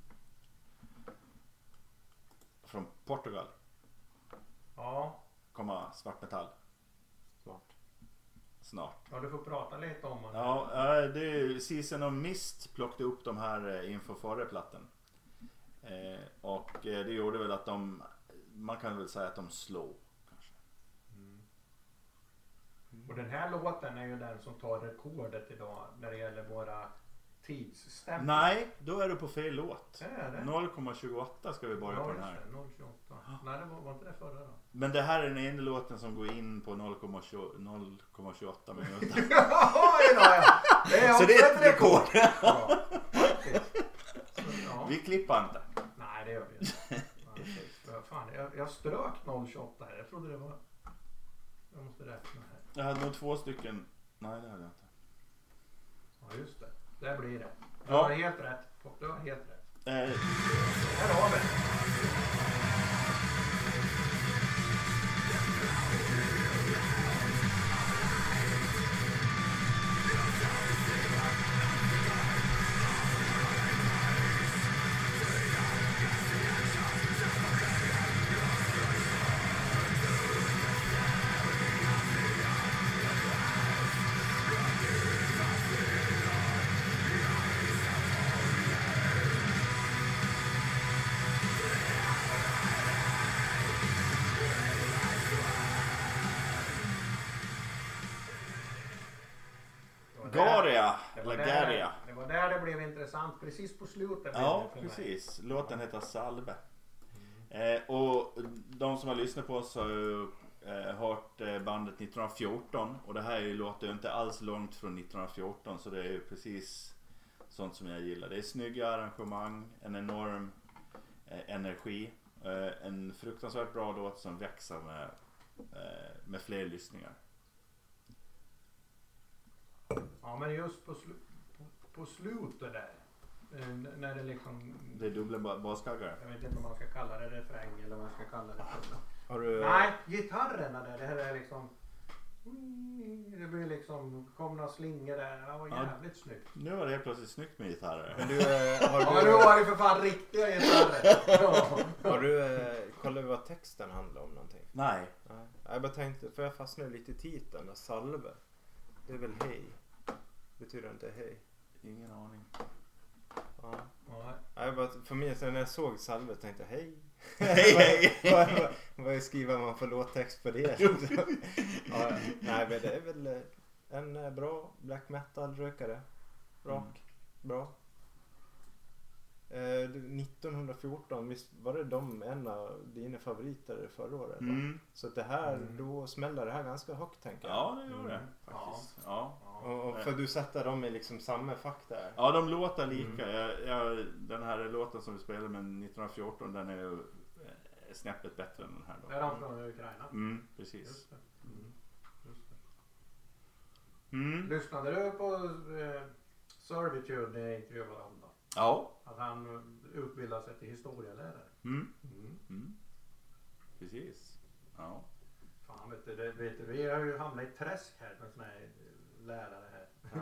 Speaker 2: Från Portugal.
Speaker 1: Ja.
Speaker 2: Komma svartmetall.
Speaker 3: Snart.
Speaker 2: Snart.
Speaker 1: Ja, du får prata lite om det.
Speaker 2: Ja, det är Season of Mist plockade upp de här inför förra plattan. Eh, och det gjorde väl att de, man kan väl säga att de slår kanske.
Speaker 1: Mm. Mm. Och den här låten är ju den som tar rekordet idag när det gäller våra tidsstämplar.
Speaker 2: Nej, då är du på fel låt.
Speaker 1: Är det?
Speaker 2: noll komma tjugoåtta ska vi börja på den här.
Speaker 1: noll komma tjugoåtta. Nej, det var, var inte det förra då.
Speaker 2: Men det här är den enda låten som går in på noll komma tjugoåtta minuter.
Speaker 1: Ja, det är
Speaker 2: så det är ett rekord.
Speaker 1: Ja,
Speaker 2: ja. Vi klippar inte.
Speaker 1: Nej, det gör vi inte. Ja, fan, jag, jag strök noll komma tjugoåtta här. Jag trodde det var... Jag måste räkna här.
Speaker 2: Jag hade nog två stycken... Nej, det hade jag inte.
Speaker 1: Ja, just det. Där blir det. Du
Speaker 2: ja.
Speaker 1: har helt rätt. Du har helt rätt.
Speaker 2: Eh.
Speaker 1: Här har vi.
Speaker 2: Garia, eller Garia.
Speaker 1: Det var där det blev intressant, precis på slutet.
Speaker 2: Ja, precis. Låten heter Salve. Mm. Eh, och de som har lyssnat på oss har ju eh, hört eh, bandet nittonhundrafjorton och det här är ju, låter ju inte alls långt från nittonhundrafjorton, så det är ju precis sånt som jag gillar. Det är snygga arrangemang, en enorm eh, energi, eh, en fruktansvärt bra låt som växer med, eh, med fler lyssningar.
Speaker 1: Ja, men just på, slu på, på slutet där, eh, när det liksom...
Speaker 2: Det är dubbla ba baskaggar.
Speaker 1: Jag vet inte om man ska kalla det refräng eller vad man ska kalla det för.
Speaker 3: Har du...
Speaker 1: Nej, gitarrerna där, det här är liksom... Det blir liksom, kom några slingor där, det var jävligt ja, snyggt.
Speaker 2: Nu var det helt plötsligt snyggt med gitarrer.
Speaker 3: Men du, eh, har du...
Speaker 1: Ja, men nu var det för fan riktiga gitarrer. Ja.
Speaker 3: Har du eh, kollat vad texten handlar om någonting?
Speaker 2: Nej.
Speaker 3: Nej. Jag bara tänkte, för jag fastnade lite i titeln, salve. Det är väl hej? Betyder inte hej?
Speaker 2: Ingen aning.
Speaker 3: Ja.
Speaker 1: Nej.
Speaker 3: Jag bara, för mig, sen när jag såg salve tänkte jag hej.
Speaker 2: Hej hej!
Speaker 3: vad, vad, vad skriver man för låttext på det? Ja, nej, men det är väl en bra black metal-rökare. Rock. Mm. Bra. Eh, nittonhundrafjorton, visst var det de en av dina favoriter förra året?
Speaker 2: Mm.
Speaker 3: Så att det här,
Speaker 2: mm.
Speaker 3: då smäller det här ganska högt, tänker jag.
Speaker 2: Ja, det gör det. Faktiskt. Ja.
Speaker 3: Ja. Och, och för du sätter dem i liksom samma fack där.
Speaker 2: Ja, de låter lika.
Speaker 3: Mm.
Speaker 2: Jag, jag, den här låten som vi spelade med nittonhundrafjorton, den är ju snäppet bättre än den här då.
Speaker 1: Det är de från Ukraina.
Speaker 2: Mm, precis.
Speaker 1: Just det. Mm. Just det.
Speaker 2: Mm.
Speaker 1: Lyssnade du på eh, Servitude när jag intervjuade honom då?
Speaker 2: Ja.
Speaker 1: Att han utbildade sig till historielärare.
Speaker 2: Mm.
Speaker 1: Mm.
Speaker 2: Mm. Precis. Ja.
Speaker 1: Fan, vet du, det, vet du, vi har ju hamnat i ett träsk här med såna här lärare här.
Speaker 3: Ja.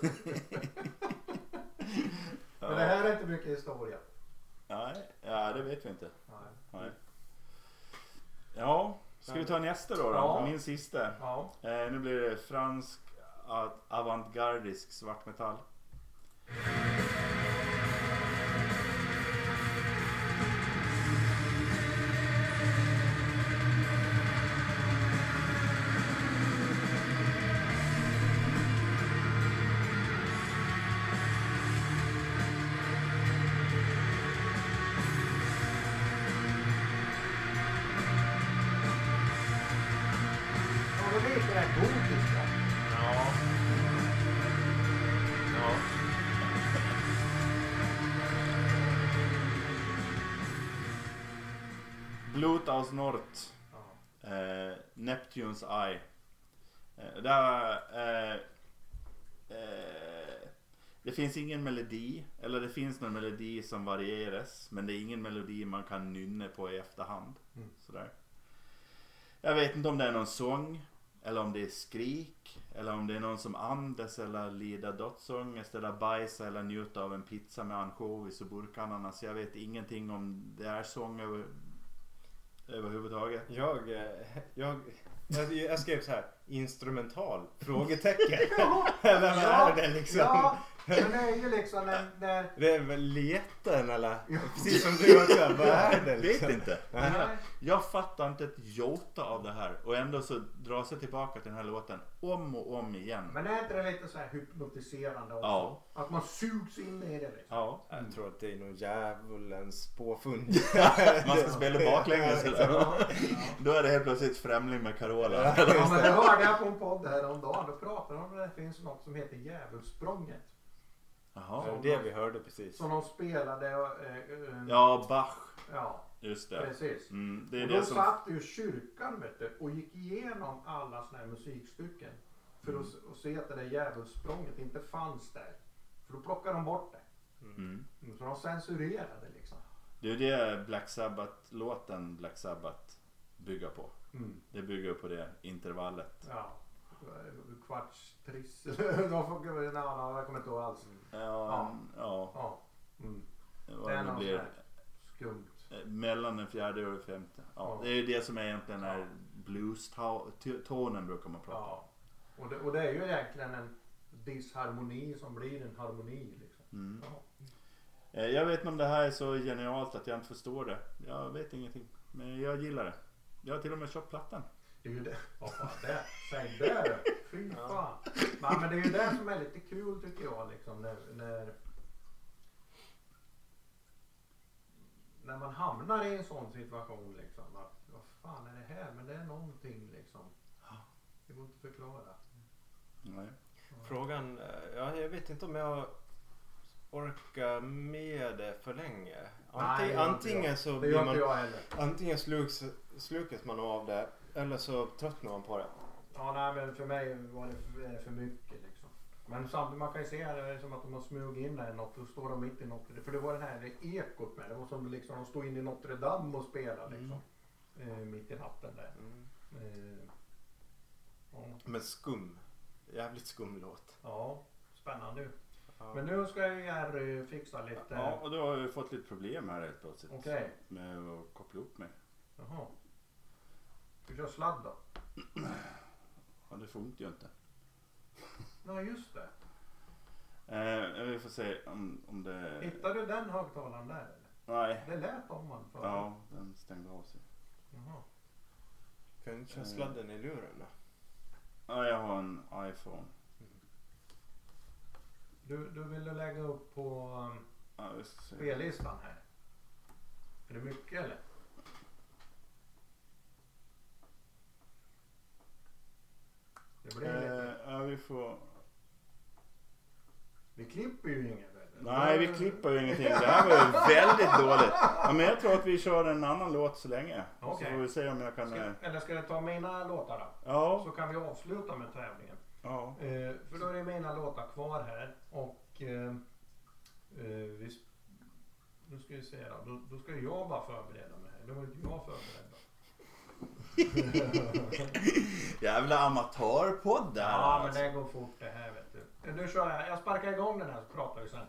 Speaker 1: Men det här är inte mycket historia.
Speaker 2: Nej, ja, det vet vi inte.
Speaker 1: Nej.
Speaker 2: Nej. Ja, ska vi ta nästa då? då?
Speaker 1: Ja.
Speaker 2: Min sista.
Speaker 1: Ja.
Speaker 2: Eh, nu blir det fransk avantgardisk svartmetall.
Speaker 1: Ja, det är lite rätt gotiska.
Speaker 2: Ja. Ja. Blut aus Nord.
Speaker 1: Ja.
Speaker 2: Eh, Neptunes Eye. Eh, där, eh, eh, det finns ingen melodi, eller det finns någon melodi som varieras, men det är ingen melodi man kan nynna på i efterhand.
Speaker 1: Mm.
Speaker 2: Sådär. Jag vet inte om det är någon sång, eller om det är skrik, eller om det är någon som andas eller lider dödsångest, eller bajsa eller njuta av en pizza med ansjovis och burkananas. Jag vet ingenting om det är sång över, överhuvudtaget.
Speaker 3: Jag, eh, jag, jag, jag skrev så här, instrumental, frågetecken.
Speaker 1: Ja.
Speaker 3: Eller vad
Speaker 1: Ja.
Speaker 3: är det liksom?
Speaker 1: Ja, men det är ju liksom när... när...
Speaker 3: Det är väl leten eller?
Speaker 1: Ja.
Speaker 3: Precis som du också, vad är det liksom?
Speaker 2: Vet inte.
Speaker 3: Nej.
Speaker 1: Nej.
Speaker 2: Jag fattar inte ett jota av det här, och ändå så drar sig tillbaka till den här låten om och om igen.
Speaker 1: Men är inte det lite så här hypnotiserande också?
Speaker 2: Ja.
Speaker 1: Att man sugs in i det liksom.
Speaker 2: Ja.
Speaker 3: Jag tror att det är någon djävulens påfund.
Speaker 2: Man ska spela baklänges
Speaker 3: Ja,
Speaker 2: eller?
Speaker 1: Ja,
Speaker 2: Då är det helt plötsligt Främling med Carola.
Speaker 3: Ja.
Speaker 1: ja, men det hörde jag på en podd häromdagen. Då pratade de om att det finns något som heter Djävulsprånget.
Speaker 2: Jaha.
Speaker 3: Det var det vi hörde precis.
Speaker 1: Som de spelade... Eh, eh,
Speaker 2: Ja, Bach.
Speaker 1: ja,
Speaker 2: Just det.
Speaker 1: precis.
Speaker 2: Mm, det är
Speaker 1: och
Speaker 2: det
Speaker 1: då
Speaker 2: som...
Speaker 1: satt ju kyrkan, vet du, och gick igenom alla såna här musikstycken. För
Speaker 2: Mm.
Speaker 1: att, att se att det där djävulsprånget inte fanns där. För då plockade de bort det.
Speaker 2: Mm.
Speaker 1: Så de censurerade liksom.
Speaker 2: Det är det Black Sabbath-låten Black Sabbath bygger på.
Speaker 1: Mm.
Speaker 2: Det bygger på det intervallet.
Speaker 1: Ja. Kvarts triss. De får, nej, nej, jag kommer inte ihåg alls.
Speaker 2: Ja,
Speaker 1: Ja.
Speaker 2: ja.
Speaker 1: Ja. Mm.
Speaker 2: Vad
Speaker 1: Det är
Speaker 2: det
Speaker 1: något
Speaker 2: blir.
Speaker 1: sånt här skumt.
Speaker 2: Eh, Mellan den fjärde och den femte. Ja,
Speaker 1: Ja.
Speaker 2: det är ju det som är egentligen är
Speaker 1: Ja.
Speaker 2: blues-tonen brukar man prata om.
Speaker 1: Ja. Och det, och det är ju egentligen en disharmoni som blir en harmoni liksom.
Speaker 2: Mm.
Speaker 1: Ja.
Speaker 2: Eh, Jag vet inte om det här är så genialt att jag inte förstår det. Jag vet ingenting. Men jag gillar det. Jag har till och med köpt plattan.
Speaker 1: Det är ju det. Vad fan det? Säg det. Fy fan. Nej, men det är ju det som är lite kul tycker jag liksom när, när när man hamnar i en sån situation liksom att vad fan är det här? Men det är någonting liksom. Det går inte att förklara.
Speaker 2: Nej.
Speaker 3: Frågan, ja, jag vet inte om jag orkar med det för länge. Antingen,
Speaker 1: Nej,
Speaker 3: antingen så
Speaker 1: det
Speaker 3: blir
Speaker 1: gör
Speaker 3: man,
Speaker 1: inte jag heller.
Speaker 3: antingen sluks, slukas man av det eller så tröttnar man på det.
Speaker 1: Ja, nej, men för mig var det för, för mycket liksom. Men samtidigt man kan ju se det som att de har smugit in där något och står de mitt i något. För det var det här det ekot med. Det var som liksom de stod in i Notre Dame och spelade liksom. Mm. Eh, mitt i natten där. Mm. Eh, ja.
Speaker 3: Men skum. Jävligt skum låt.
Speaker 1: Ja, spännande ju.
Speaker 3: Ja.
Speaker 1: Men nu ska jag här fixa lite.
Speaker 2: Ja, och då har vi fått lite problem här helt plötsligt.
Speaker 1: Okej. Okay.
Speaker 2: Med att koppla upp mig.
Speaker 1: Jaha. Du kör sladd då?
Speaker 2: Ja, det funkar ju inte.
Speaker 1: Ja, just det.
Speaker 2: Eh, vi får se om, om det...
Speaker 1: Hittar du den högtalaren där eller?
Speaker 2: Nej.
Speaker 1: Det lät om man för.
Speaker 2: Ja, den stängde av sig.
Speaker 1: Jaha.
Speaker 3: Kan du inte köra sladden i luren då?
Speaker 2: Ja, jag har en iPhone.
Speaker 1: Du, du ville lägga upp på um,
Speaker 2: ja, vi ska se.
Speaker 1: spellistan här. Är det mycket eller? Det blir
Speaker 2: Eh,
Speaker 1: lite...
Speaker 2: ja, vi får...
Speaker 1: Vi klipper ju inget.
Speaker 2: Nej, vi klipper ju ingenting. Det här var ju väldigt dåligt. Ja, men jag tror att vi kör en annan låt så länge.
Speaker 1: Okay.
Speaker 2: Så får vi se om jag kan...
Speaker 1: Ska, eller ska jag ta mina låtar då?
Speaker 2: Ja.
Speaker 1: Så kan vi avsluta med tävlingen.
Speaker 2: Ja.
Speaker 1: Eh, för då är det mina låtar kvar här. Och eh, eh, vi, nu ska vi se då. då. Då ska jag bara förbereda mig här. Då var inte jag förberedd.
Speaker 2: Jävla amatörpodd där.
Speaker 1: Ja,
Speaker 2: alltså.
Speaker 1: men det går fort det här vet du. Nu kör jag. Jag sparkar igång den här så pratar vi sen.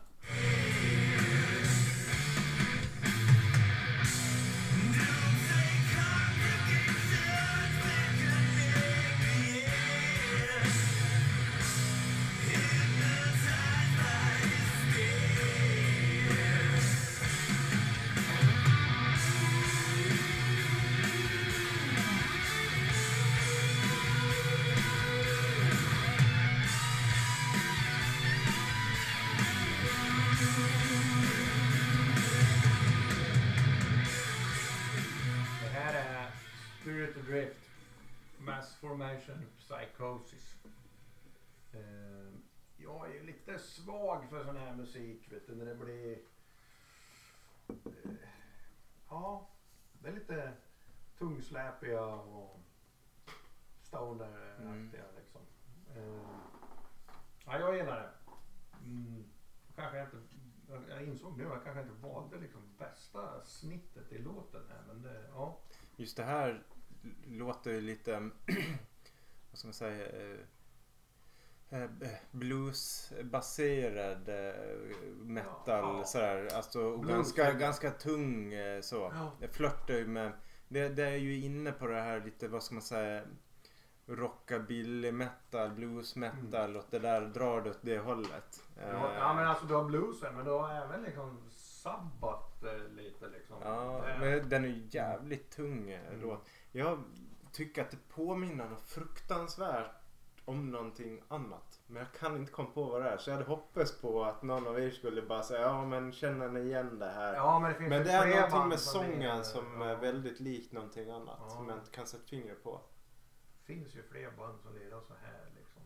Speaker 1: Drift, Mass Formation, Psychosis. Uh, jag är ju lite svag för sån här musik, vet du, när det blir... Uh, ja, det är lite tungsläpiga och stoner-aktiga mm. liksom. Uh, ja, jag gillar det. Mm, kanske inte, jag insåg nu att jag kanske inte valde liksom bästa snittet i låten här, men det, ja.
Speaker 3: Just det här låter ju lite, vad ska man säga, eh, bluesbaserad eh, metal, ja, sådär, alltså ganska, ganska tung eh, så. Ja. Det flörtar ju med, det, det är ju inne på det här lite, vad ska man säga, rockabilly metal, blues metal, mm. och det där drar det åt det hållet.
Speaker 1: Ja, ja, men alltså du har bluesen, men du har även liksom Sabbath eh, lite liksom.
Speaker 3: Ja, men den är ju jävligt tung mm. låt. Jag tycker att det påminner något fruktansvärt om någonting annat. Men jag kan inte komma på vad det är. Så jag hade hoppats på att någon av er skulle bara säga, ja men känner ni igen det här?
Speaker 1: Ja, men det, finns
Speaker 3: men det är någonting med
Speaker 1: som
Speaker 3: sången
Speaker 1: är,
Speaker 3: som
Speaker 1: ja.
Speaker 3: är väldigt likt någonting annat.
Speaker 1: Ja.
Speaker 3: Som jag inte kan sätta fingret på.
Speaker 1: Det finns ju fler band som lirar så här liksom.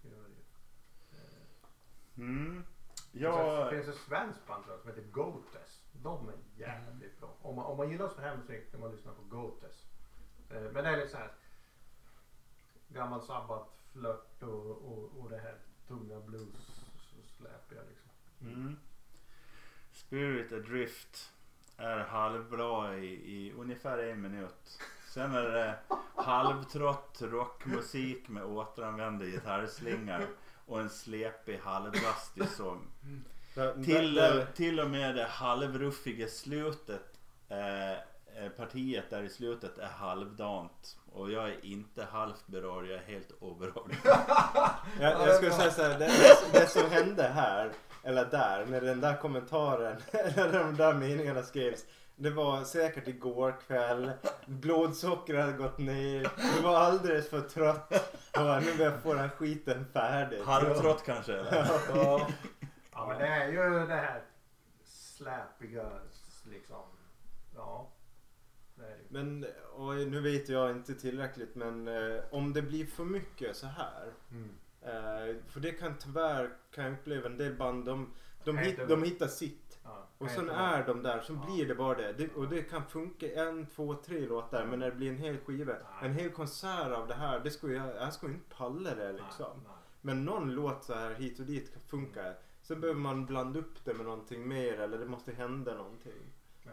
Speaker 2: Mm. Ja.
Speaker 1: Det finns ett svenskt band som heter Goates. De är jävligt bra. Om man, om man gillar så här musik kan man lyssna på Goates. Men det är lite så här gammal Sabbath flört och, och, och det här tunga blues släpiga liksom.
Speaker 2: Mm. Spirit Adrift är halvbra i, i ungefär en minut. Sen är det halvtrott rockmusik med återanvända gitarrslingar och en slepig halvrastig sång. Till, till och med det halvruffiga slutet, eh, partiet där i slutet är halvdant. Och jag är inte halvt berörd, jag är helt oberörd.
Speaker 3: jag, jag skulle säga så här, det, det, det som hände här, eller där, när den där kommentaren, eller de där meningarna skrevs, det var säkert igår kväll, blodsockret hade gått ner, du var alldeles för trött och nu vill jag få den skiten färdig.
Speaker 2: Halvtrött kanske, eller?
Speaker 1: Ja. Ja, men det är ju det här släpiga liksom, ja. Det är,
Speaker 3: Men och nu vet jag inte tillräckligt, men eh, om det blir för mycket så här.
Speaker 1: Mm.
Speaker 3: Eh, för det kan tyvärr, kan jag uppleva en del band, de, de,
Speaker 1: Nej,
Speaker 3: hit,
Speaker 1: det-
Speaker 3: de hittar sitt.
Speaker 1: Ja,
Speaker 3: Och
Speaker 1: nej,
Speaker 3: sen
Speaker 1: det var-
Speaker 3: är de där, så
Speaker 1: Ja.
Speaker 3: blir det bara det. det. Och det kan funka en, två, tre låtar, men när det blir en hel skiva,
Speaker 1: Nej.
Speaker 3: en hel konsert av det här, det skulle jag, jag skulle inte palla det liksom.
Speaker 1: Nej, nej.
Speaker 3: Men någon låt så här hit och dit funkar. Sen behöver man blanda upp det med någonting mer, eller det måste hända någonting.
Speaker 1: Ja.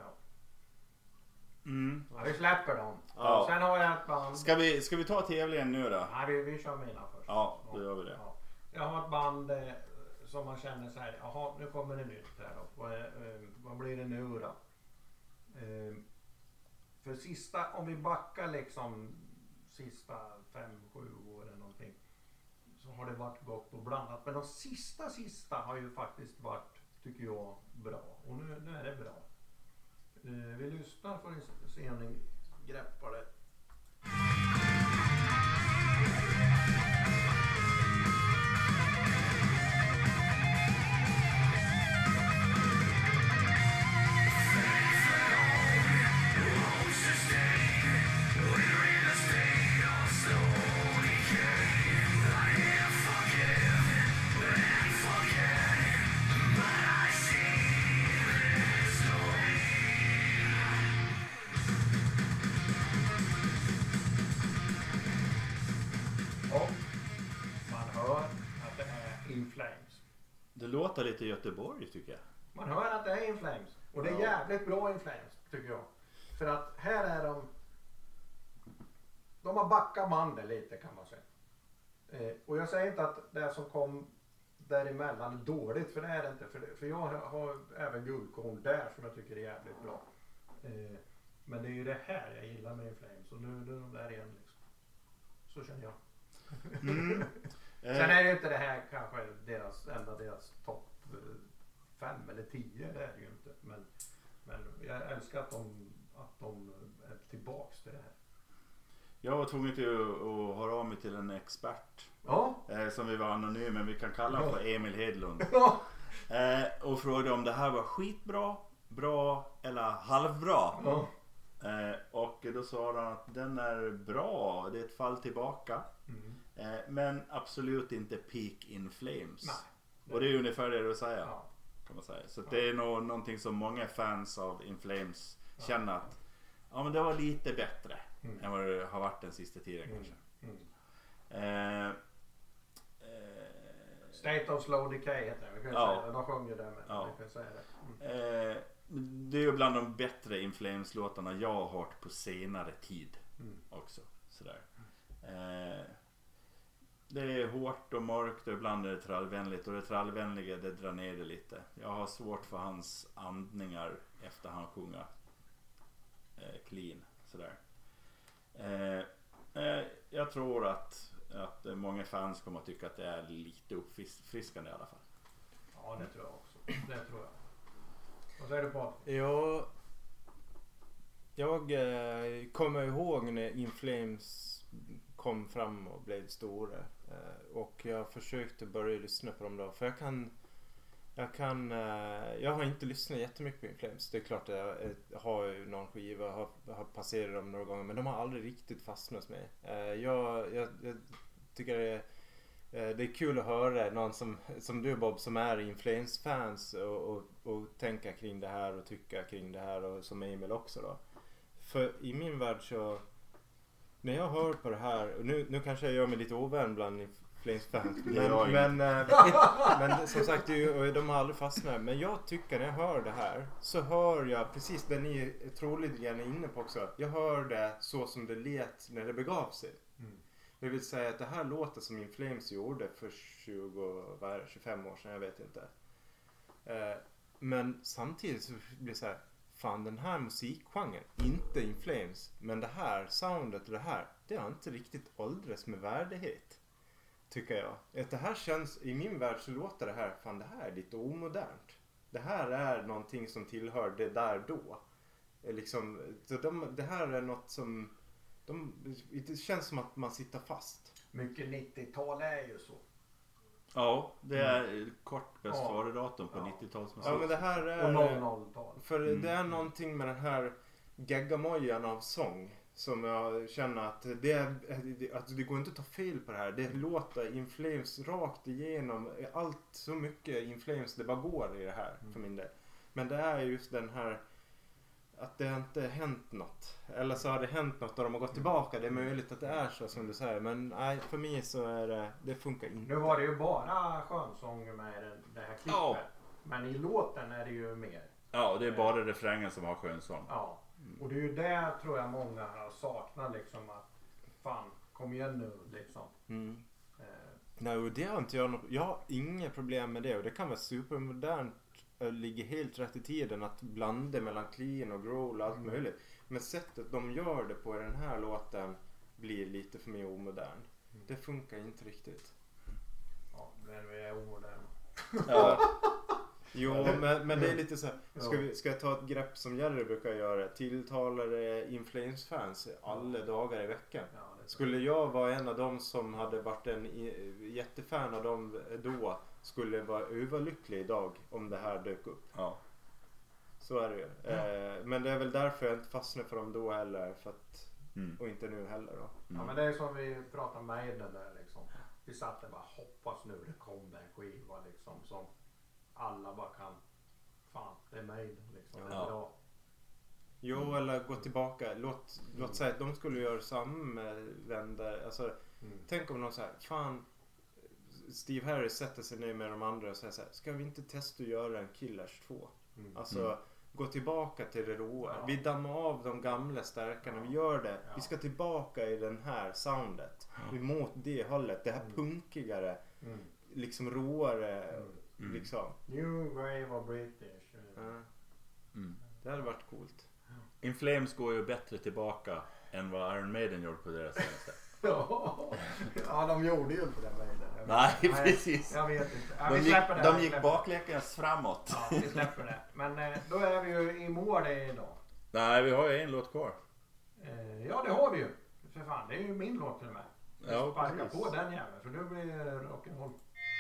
Speaker 2: Mm.
Speaker 1: Ja, vi släpper dem.
Speaker 3: Ja.
Speaker 1: Sen har jag ett band.
Speaker 2: Ska, vi, ska vi ta tävlingen nu då?
Speaker 1: Nej, vi, vi kör mina först.
Speaker 2: Ja, då gör vi det.
Speaker 1: Ja. Jag har ett band eh, som man känner så här, jaha, nu kommer det nytt här då. Vad, eh, vad blir det nu då? Eh, för sista, om vi backar liksom sista fem, sju åren någonting, så har det varit gott och blandat. Men de sista, sista har ju faktiskt varit, tycker jag, bra. Och nu, nu är det bra. Eh, vi lyssnar får ni se om ni greppar det. Och man hör att det är In Flames.
Speaker 2: Det låter lite Göteborg tycker jag.
Speaker 1: Man hör att det är In Flames. Och det är
Speaker 2: Ja.
Speaker 1: jävligt bra In Flames, tycker jag. För att här är de... De har backat bandet lite, kan man säga. Eh, och jag säger inte att det som kom däremellan är dåligt, för det är det inte. För, det, för jag har, har även guldkorn där som jag tycker är jävligt bra. Eh, men det är ju det här jag gillar med In Flames. Och nu, nu är de där igen liksom. Så känner jag.
Speaker 2: Mm.
Speaker 1: Sen är det ju inte det här kanske deras, enda deras topp eh, fem eller tio, det är det ju inte. Men, men jag älskar att de, att de är tillbaks till det här.
Speaker 2: Jag var tvungen till att, att höra av mig till en expert
Speaker 1: Ja.
Speaker 2: eh, som vi var anonym, men vi kan kalla honom för Emil Hedlund.
Speaker 1: Ja.
Speaker 2: Eh, och frågade om det här var skitbra, bra eller halvbra.
Speaker 1: Ja.
Speaker 2: Eh, och då sa han att den är bra, det är ett fall tillbaka.
Speaker 1: Mm.
Speaker 2: Eh, men absolut inte peak In Flames.
Speaker 1: Nej.
Speaker 2: Och det är ungefär det du säger.
Speaker 1: Ja.
Speaker 2: Kan man säga. Så det är nog någonting som många fans av In Flames känner att ja, men det var lite bättre
Speaker 1: Mm.
Speaker 2: än vad det har varit den sista tiden
Speaker 1: Mm.
Speaker 2: kanske.
Speaker 1: Mm.
Speaker 2: Eh, eh,
Speaker 1: State of Slow Decay heter det. Vi kan ju
Speaker 2: Ja.
Speaker 1: säga det. De sjunger det med.
Speaker 2: Ja.
Speaker 1: Vi kan säga det. Mm.
Speaker 2: eh, det är ju bland de bättre In Flames låtarna jag har hört på senare tid
Speaker 1: Mm.
Speaker 2: också. Sådär. Eh, det är hårt och mörkt och ibland är det trallvänligt, och det trallvänliga det drar ner det lite. Jag har svårt för hans andningar efter han sjunger eh, clean. Sådär. Eh, eh, jag tror att, att många fans kommer att tycka att det är lite uppfriskande i alla fall.
Speaker 1: Ja, det tror jag också. Det tror jag. Vad säger du på?
Speaker 3: Ja, jag eh, kommer ihåg när In Flames kom fram och blev stora. Eh, och jag försökte börja lyssna på dem då. För jag kan... Jag kan... Eh, jag har inte lyssnat jättemycket på In Flames. Det är klart att jag eh, har ju någon skiva, har, har passerat dem några gånger. Men de har aldrig riktigt fastnat hos mig. Eh, jag, jag, jag tycker det är... Det är kul att höra någon som, som du Bob, som är In Flames fans och, och, och tänka kring det här och tycka kring det här, och som Emil också då. För i min värld så, när jag hör på det här, och nu, nu kanske jag gör mig lite ovän bland In Flames fans,
Speaker 2: Det är jag
Speaker 3: men, men, äh, men som sagt det är ju, de har aldrig fastnat. Men jag tycker när jag hör det här så hör jag precis det ni troligen är inne på också. Jag hör det så som det lät när det begav sig.
Speaker 1: Mm.
Speaker 3: Det vill säga att det här låter som In Flames gjorde för tjugo, vad är det, tjugofem år sedan, jag vet inte. Eh, men samtidigt så blir det så här, fan den här musikgenren, inte In Flames, men det här soundet och det här, det har inte riktigt åldrats med värdighet. Tycker jag. Att det här känns, i min värld så låter det här, fan det här är lite omodernt. Det här är någonting som tillhör det där då. Eh, liksom, så de, det här är något som... De, det känns som att man sitter fast.
Speaker 1: Mycket nittiotal är ju så.
Speaker 2: Ja, det är kort bäst
Speaker 1: Ja.
Speaker 2: före datum på
Speaker 1: Ja.
Speaker 2: nittiotalsmusik.
Speaker 3: Ja, men det här är...
Speaker 1: Och noll noll-tal.
Speaker 3: För
Speaker 2: Mm.
Speaker 3: det är någonting med den här... geggamojan av sång som jag känner att det, är, att det går inte att ta fel på det här. Det låter In Flames rakt igenom. Allt så mycket In Flames det bara går i det här för min del. Men det är just den här att det inte hänt något. Eller så har det hänt något och de har gått tillbaka. Det är möjligt att det är så som du säger. Men nej, för mig så är det, det funkar inte.
Speaker 1: Nu var det ju bara skönsång med det här klippet.
Speaker 2: Ja.
Speaker 1: Men i låten är det ju mer.
Speaker 2: Ja, det är bara refrängen som har skönsång.
Speaker 1: Ja. Och det är ju det tror jag många saknar liksom att fan, kom igen nu liksom.
Speaker 3: Mm.
Speaker 1: Eh,
Speaker 3: Nej, och det har inte jag något, jag har inga problem med det och det kan vara supermodernt och ligger helt rätt i tiden att blanda mellan clean och growl och allt
Speaker 1: Mm.
Speaker 3: möjligt. Men sättet de gör det på i den här låten blir lite för mig omodern.
Speaker 1: Mm.
Speaker 3: Det funkar inte riktigt.
Speaker 1: ja, men vi är omoderna.
Speaker 2: Ja.
Speaker 3: Jo, men, men det är lite så här, ska,
Speaker 1: Ja.
Speaker 3: vi, ska jag ta ett grepp som Jerry brukar göra, tilltalare In Flames-fans alla dagar i veckan.
Speaker 1: Ja, det är så.
Speaker 3: Skulle jag vara en av dem som hade varit en i- jättefan av dem då skulle vara överlycklig idag om det här dök upp.
Speaker 2: Ja.
Speaker 3: Så är det ju. Eh, men det är väl därför jag inte fastnar för dem då heller. För att,
Speaker 2: Mm.
Speaker 3: och inte nu heller då.
Speaker 1: Ja,
Speaker 2: Mm.
Speaker 1: men det är som vi pratade med den där liksom. Vi satt där bara hoppas nu det kommer en skiva liksom som alla bara kan. Fan, det är mig liksom. Det är
Speaker 2: Ja.
Speaker 1: bra.
Speaker 3: Jo, eller gå tillbaka. Låt, låt säga att de skulle göra samma vända. Alltså,
Speaker 1: Mm.
Speaker 3: tänk om någon så här, fan Steve Harris sätter sig ner med de andra och säger så här, ska vi inte testa att göra en Killers två?
Speaker 1: Mm.
Speaker 3: Alltså
Speaker 2: Mm.
Speaker 3: gå tillbaka till det råa.
Speaker 1: Ja.
Speaker 3: Vi dammar av de gamla stärkarna. Vi gör det.
Speaker 1: Ja.
Speaker 3: Vi ska tillbaka i den här soundet. Vi mot det hållet. Det här
Speaker 1: Mm.
Speaker 3: punkigare.
Speaker 1: Mm.
Speaker 3: Liksom råare.
Speaker 1: Mm.
Speaker 2: Mm.
Speaker 3: Liksom.
Speaker 1: New Wave of British.
Speaker 3: Ja,
Speaker 2: Mm.
Speaker 3: det hade varit coolt.
Speaker 2: In Flames går ju bättre tillbaka än vad Iron Maiden gjorde på deras senaste.
Speaker 1: Ja, ja, de gjorde ju inte det med det.
Speaker 2: Nej, precis.
Speaker 1: Jag vet inte. Ja,
Speaker 2: De
Speaker 1: vi
Speaker 2: gick,
Speaker 1: släpper det.
Speaker 2: de
Speaker 1: vi
Speaker 2: gick
Speaker 1: släpper.
Speaker 2: baklänges framåt.
Speaker 1: Ja, vi släpper det. Men eh, då är vi ju i mål idag.
Speaker 2: Nej, vi har ju en låt kvar.
Speaker 1: Eh, ja, det har vi ju. För fan, det är ju min låt till och med. Vi
Speaker 2: Ja,
Speaker 1: sparkar
Speaker 2: precis.
Speaker 1: på den jäveln för nu blir det rock'n'roll.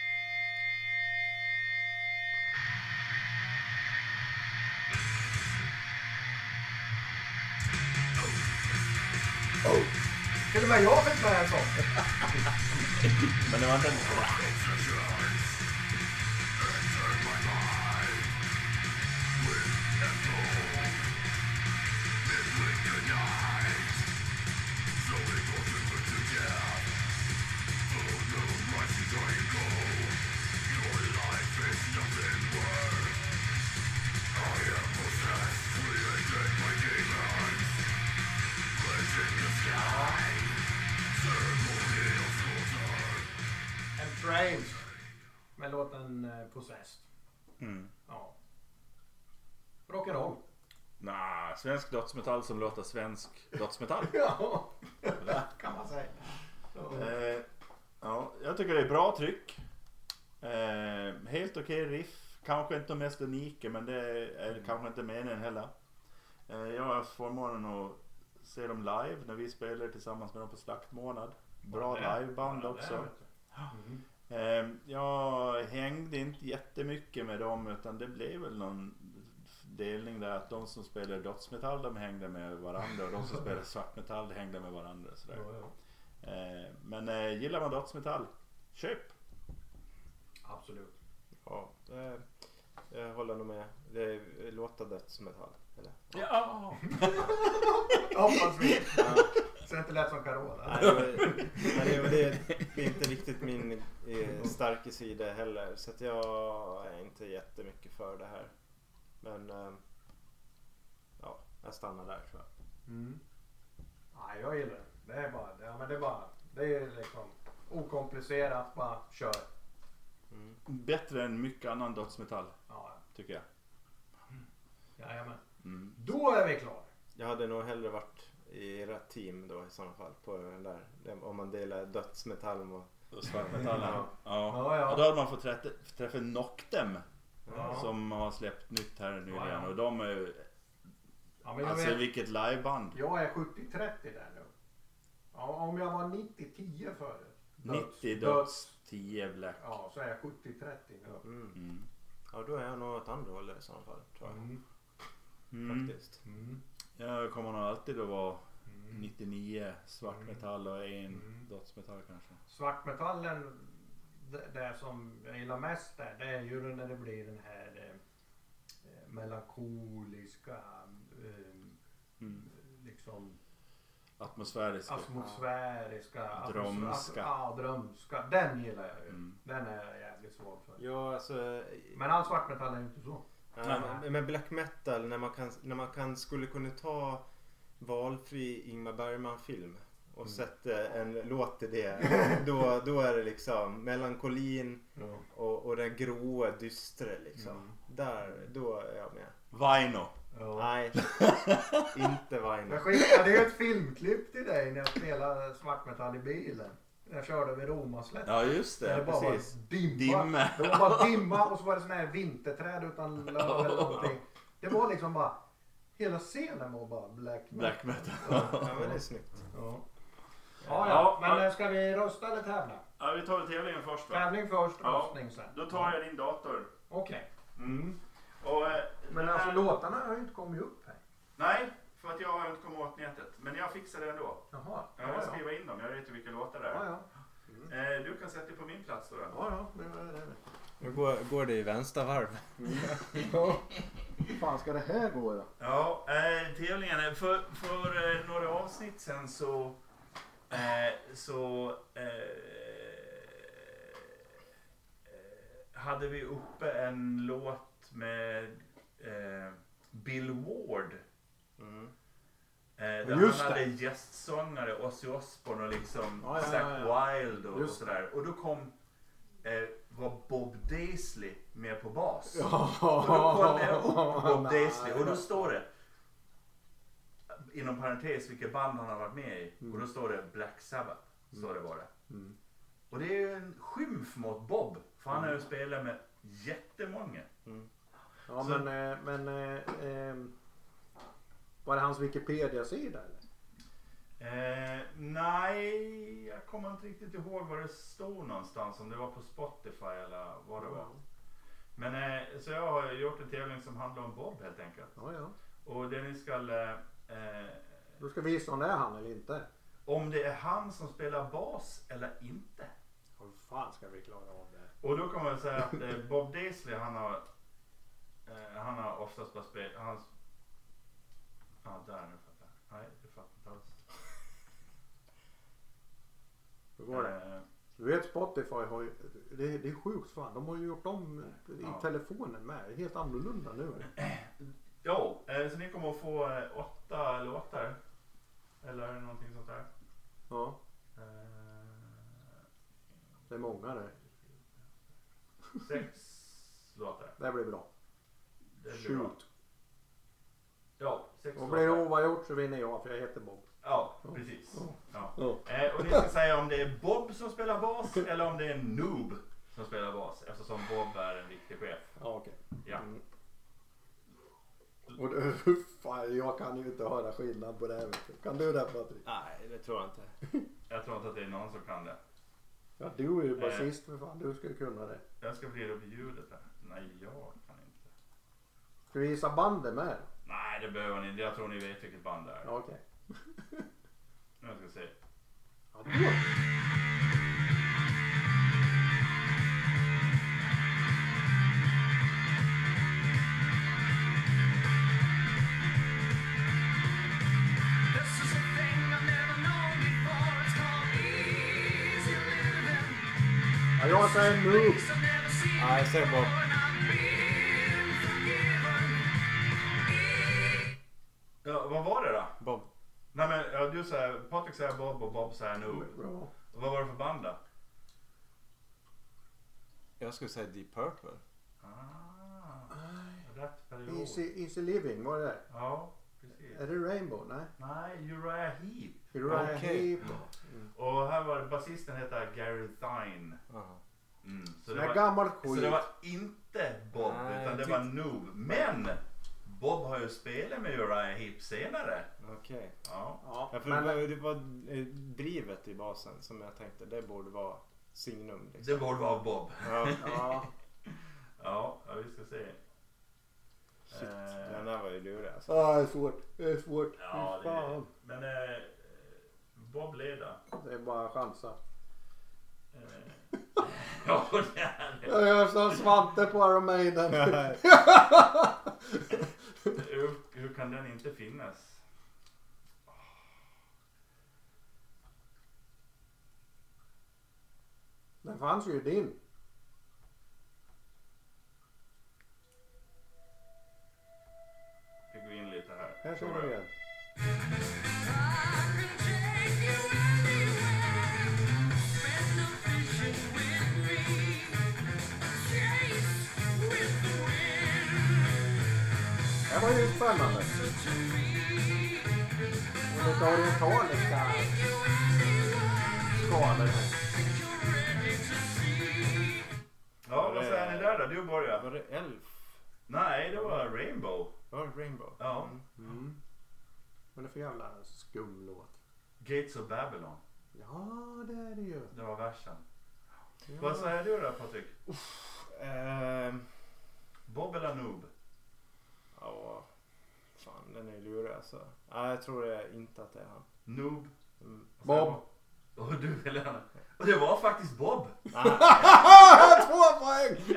Speaker 1: Oh. Till och med jag fick med en sån.
Speaker 2: Men det var inte en...
Speaker 1: En Train med låten eh, Possessed.
Speaker 2: Mm.
Speaker 1: Ja. Rock'n'roll.
Speaker 2: Nej, svensk dödsmetall som låter svensk dödsmetall.
Speaker 1: Ja, kan man säga. Ja.
Speaker 2: Eh, ja, jag tycker det är bra tryck. Eh, helt okej riff. Kanske inte de mest unika, men det är
Speaker 1: Mm.
Speaker 2: kanske inte meningen heller. Eh, jag har haft förmånen att se dem live när vi spelar tillsammans med dem på Slaktmånad. Bra
Speaker 1: Ja, det-
Speaker 2: liveband
Speaker 1: ja, det
Speaker 2: också.
Speaker 1: vet du. Mm.
Speaker 2: Eh, jag hängde inte jättemycket med dem, utan det blev väl någon delning där att de som spelar dödsmetall de hängde med varandra och de som spelar svartmetall de hängde med varandra. Sådär.
Speaker 1: Ja, ja.
Speaker 2: Eh, men eh, gillar man dödsmetall, köp!
Speaker 1: Absolut.
Speaker 3: Ja, det, jag håller nog med. Det låter dödsmetall. Eller?
Speaker 2: Ja!
Speaker 1: Hoppas vi.
Speaker 3: Ja.
Speaker 1: Så det inte lät som Carola.
Speaker 3: Nej, det, var- nej, det, var- det är inte riktigt min eh, starka sida heller. Så att jag är inte jättemycket för det här. Men eh, ja, jag stannar där tror jag.
Speaker 1: Mm. Nej, jag gillar det. Det är bara, ja, men det är bara, det är liksom okomplicerat, bara kör.
Speaker 3: Mm.
Speaker 2: Bättre än mycket annan dödsmetall,
Speaker 1: Ja,
Speaker 2: tycker jag.
Speaker 1: jajamän.
Speaker 2: Mm.
Speaker 1: Då är vi klara.
Speaker 3: Jag hade nog hellre varit i rätt team då i sådana fall. På den där, om man delar dödsmetall och
Speaker 2: Och svartmetallen.
Speaker 3: Ja.
Speaker 2: Ja.
Speaker 1: Ja, ja.
Speaker 2: Och då hade man fått träffa, träffa Noctem
Speaker 1: Ja.
Speaker 2: som har släppt nytt här nyligen.
Speaker 1: Ja, ja.
Speaker 2: Och de är
Speaker 1: Ja, men jag,
Speaker 2: alltså
Speaker 1: vet,
Speaker 2: vilket liveband.
Speaker 1: jag är sjuttio trettio där nu. Ja, om jag var nittio tio förut.
Speaker 2: nittio döds, tio black.
Speaker 1: Ja, så är jag sjuttio trettio nu.
Speaker 3: Mm.
Speaker 2: Mm.
Speaker 3: Ja, då är jag nog åt andra hållet i sådana fall tror jag.
Speaker 1: Mm.
Speaker 2: Mm.
Speaker 3: Faktiskt.
Speaker 1: Mm.
Speaker 2: Jag kommer nog alltid att vara
Speaker 1: Mm.
Speaker 2: nittionio svartmetall och en
Speaker 1: Mm.
Speaker 2: dödsmetall kanske.
Speaker 1: Svartmetallen, det, det som jag gillar mest där, det är ju när det blir den här eh, melankoliska, eh,
Speaker 2: Mm.
Speaker 1: liksom
Speaker 2: Atmosfäriska.
Speaker 1: atmosfäriska,
Speaker 2: Drömska.
Speaker 1: Ja, drömska. Den gillar jag ju.
Speaker 2: Mm.
Speaker 1: Den är jag jävligt svag för.
Speaker 3: Ja, alltså...
Speaker 1: Men all svartmetall är ju inte så.
Speaker 3: Ja, men- men black metal, när man, kan, när man kan, skulle kunna ta valfri Ingmar Bergman-film och
Speaker 1: Mm.
Speaker 3: sätta en låt till det, då, då är det liksom melankolin
Speaker 1: Ja.
Speaker 3: och, och den gråa dystra liksom.
Speaker 1: Mm.
Speaker 3: Där, då är jag med.
Speaker 2: Vaino.
Speaker 1: Ja.
Speaker 3: Nej, inte Vaino.
Speaker 1: Jag skickade ju ett filmklipp till dig när jag spelade svartmetall i bilen. När jag körde vid Romaslätt.
Speaker 2: Ja just
Speaker 1: Där det
Speaker 2: det,
Speaker 1: bara
Speaker 2: precis.
Speaker 1: var dimma.
Speaker 2: Dimme.
Speaker 1: Det var bara dimma och så var det sån här vinterträd utan löv eller någonting. Det var liksom bara, hela scenen var bara black metal.
Speaker 2: Black metal.
Speaker 3: Ja, men det är snyggt.
Speaker 1: Ja. Ja, ja, men ska vi rösta eller tävla?
Speaker 2: Ja, vi tar väl tävlingen först va?
Speaker 1: Tävling först,
Speaker 2: Ja.
Speaker 1: röstning sen.
Speaker 2: Då tar jag din dator.
Speaker 1: Okej.
Speaker 2: Mm. Och, eh,
Speaker 1: Men
Speaker 2: den
Speaker 1: alltså
Speaker 2: här-
Speaker 1: låtarna har ju inte kommit upp här.
Speaker 2: Nej, för att jag har inte kommit åt nätet. Men jag fixar det ändå.
Speaker 1: Jaha.
Speaker 2: Jag
Speaker 1: Ja,
Speaker 2: vill
Speaker 1: ja.
Speaker 2: skriva in dem, jag vet ju vilka låtar det är.
Speaker 1: Ja, ja.
Speaker 2: Eh, du kan sätta dig på min plats då. då.
Speaker 1: Ja, ja. Det, det, det.
Speaker 3: Nu går, går det i vänstervarv.
Speaker 1: Ja. Hur fan ska det här gå då?
Speaker 2: Ja, eh, tävlingen är för, för eh, några avsnitt sen så eh, så eh, eh, hade vi uppe en låt med eh, Bill Ward.
Speaker 3: Mm.
Speaker 2: Eh, där
Speaker 1: Just
Speaker 2: han
Speaker 1: det.
Speaker 2: hade gästsångare Ozzy Osbourne och liksom
Speaker 1: Ja, ja,
Speaker 2: Zack
Speaker 1: ja,
Speaker 2: Wilde och, och
Speaker 1: Just det.
Speaker 2: sådär. Och då kom eh, var Bob Daisley med på bas.
Speaker 1: Ja.
Speaker 2: Och då kollade jag upp Bob Daisley och då står det inom parentes vilka band han har varit med i.
Speaker 1: Mm.
Speaker 2: Och då står det Black Sabbath. Står det bara.
Speaker 1: Mm.
Speaker 2: Och det är ju en skymf mot Bob. För han har ju spelat med jättemånga.
Speaker 1: Ja,
Speaker 2: Så-
Speaker 1: men, eh, men eh, eh, var det hans Wikipedia-sida eller?
Speaker 2: Eh, nej, jag kommer inte riktigt ihåg var det stod någonstans. Om det var på Spotify eller vad det var. Men eh, så jag har gjort en tävling som handlar om Bob helt enkelt.
Speaker 1: Ja, ja.
Speaker 2: Och det ni ska... Eh, eh,
Speaker 1: Då ska vi gissa om det är han eller inte.
Speaker 2: om det är han som spelar bas eller inte.
Speaker 1: Hur fan ska vi klara av det?
Speaker 2: Och då kan man säga att eh, Bob Daisley han har eh, han har oftast bara spelat han ja där nu fattar jag. Nej det fattar inte alls.
Speaker 1: Hur går det?
Speaker 2: Eh,
Speaker 1: Du vet Spotify har ju, det, det är sjukt fan. De har ju gjort om i
Speaker 2: Ja.
Speaker 1: telefonen med. Det är helt annorlunda nu.
Speaker 2: jo, eh, så ni kommer att få eh, åtta låtar. Eller någonting sånt där.
Speaker 1: Ja,
Speaker 2: Eh,
Speaker 1: det är många det.
Speaker 2: sex låtar.
Speaker 1: Det blir bra.
Speaker 2: Det blir bra.
Speaker 1: Shoot.
Speaker 2: Ja, sex
Speaker 1: Och blir det
Speaker 2: låtar.
Speaker 1: oavgjort så vinner jag för jag heter Bob.
Speaker 2: Ja, precis. Ja.
Speaker 1: Ja.
Speaker 2: Eh, och ni ska säga om det är Bob som spelar bas eller om det är Noob som spelar bas. Eftersom Bob är en riktig chef.
Speaker 1: Ja, okej.
Speaker 2: Ja.
Speaker 1: Mm. Och det, fan, jag kan ju inte höra skillnad på det här. Vet du. Kan du det Patrik?
Speaker 3: Nej, det tror jag inte.
Speaker 2: Jag tror inte att det är någon som kan det.
Speaker 1: Ja, du är ju
Speaker 2: Eh.
Speaker 1: basist för fan. Du ska ju kunna det.
Speaker 2: Jag ska vrida upp ljudet här. Nej, jag kan inte.
Speaker 1: Ska vi gissa bandet med?
Speaker 2: Nej, det behöver ni inte. Jag tror ni vet vilket band det är.
Speaker 1: Ja, okej.
Speaker 2: Nu ska vi se.
Speaker 1: Ja, då.
Speaker 4: This is a thing I've never known before. It's called easy living.
Speaker 1: Ja, jag säger Noob.
Speaker 4: I've never seen
Speaker 3: Ja, jag säger Bob.
Speaker 4: before, and I've been forgiven.
Speaker 2: Ja, vad var det då?
Speaker 3: Bob.
Speaker 2: Nej men ja, du säger, Patrik säger Bob och Bob säger Noob.
Speaker 1: Bra.
Speaker 2: Vad var det för band då?
Speaker 3: Jag skulle säga Deep Purple.
Speaker 2: Ah, rätt period.
Speaker 1: Easy, easy Living, var det det?
Speaker 2: Ja, precis.
Speaker 1: Är det Rainbow? Nej.
Speaker 2: Nej, Uriah Heep.
Speaker 1: Uriah
Speaker 3: Okej.
Speaker 1: Heep.
Speaker 2: Och här var det, basisten heter Gary Thine.
Speaker 3: Aha.
Speaker 2: Mm. Så,
Speaker 1: Det
Speaker 2: det
Speaker 1: är
Speaker 2: var,
Speaker 1: gammal
Speaker 2: så
Speaker 1: skit.
Speaker 2: det var inte Bob
Speaker 3: Nej,
Speaker 2: utan det
Speaker 3: jag
Speaker 2: var
Speaker 3: tyckte-
Speaker 2: Noob. Men Bob har ju spelat med Uriah Heep senare.
Speaker 3: Okej.
Speaker 2: Ja.
Speaker 1: Ja,
Speaker 3: Ja, för
Speaker 1: men,
Speaker 3: det var, det var eh, drivet i basen som jag tänkte det borde vara signum. Liksom.
Speaker 2: Det borde vara Bob.
Speaker 3: Ja.
Speaker 1: ja.
Speaker 2: Ja, ja vi ska se.
Speaker 3: Shit,
Speaker 2: Eh.
Speaker 3: den där var ju lurig alltså.
Speaker 1: Ja, det är svårt. Det är svårt.
Speaker 2: Ja,
Speaker 1: Fy
Speaker 2: det är,
Speaker 1: fan.
Speaker 2: men eh, Bob leder.
Speaker 1: Det är bara att chansa.
Speaker 2: Eh, ja, det är det.
Speaker 1: Jag gör som Svante på Iron Maiden.
Speaker 2: hur, hur kan den inte finnas?
Speaker 1: Den fanns ju i din.
Speaker 2: Vi går in lite här.
Speaker 1: Här ser du igen. Det var ju spännande. Och lite orientaliska skador här.
Speaker 2: Ja, vad säger ni där då? Du börjar.
Speaker 3: Var det Elf?
Speaker 2: Nej, det var Rainbow.
Speaker 3: Var det Rainbow?
Speaker 2: Ja.
Speaker 1: Mm. Vad är det för jävla skum låt?
Speaker 2: Gates of Babylon.
Speaker 1: Ja, det är det ju.
Speaker 2: Det var versen.
Speaker 1: Ja.
Speaker 2: Vad säger du då, Patrik?
Speaker 3: Ehm,
Speaker 2: Bob eller Noob?
Speaker 3: ja, fan den är lurig alltså. Nej, jag tror det inte att det är han.
Speaker 2: Noob.
Speaker 3: Mm.
Speaker 1: Bob.
Speaker 2: Och du vill gärna. Och det var faktiskt Bob.
Speaker 1: Två poäng!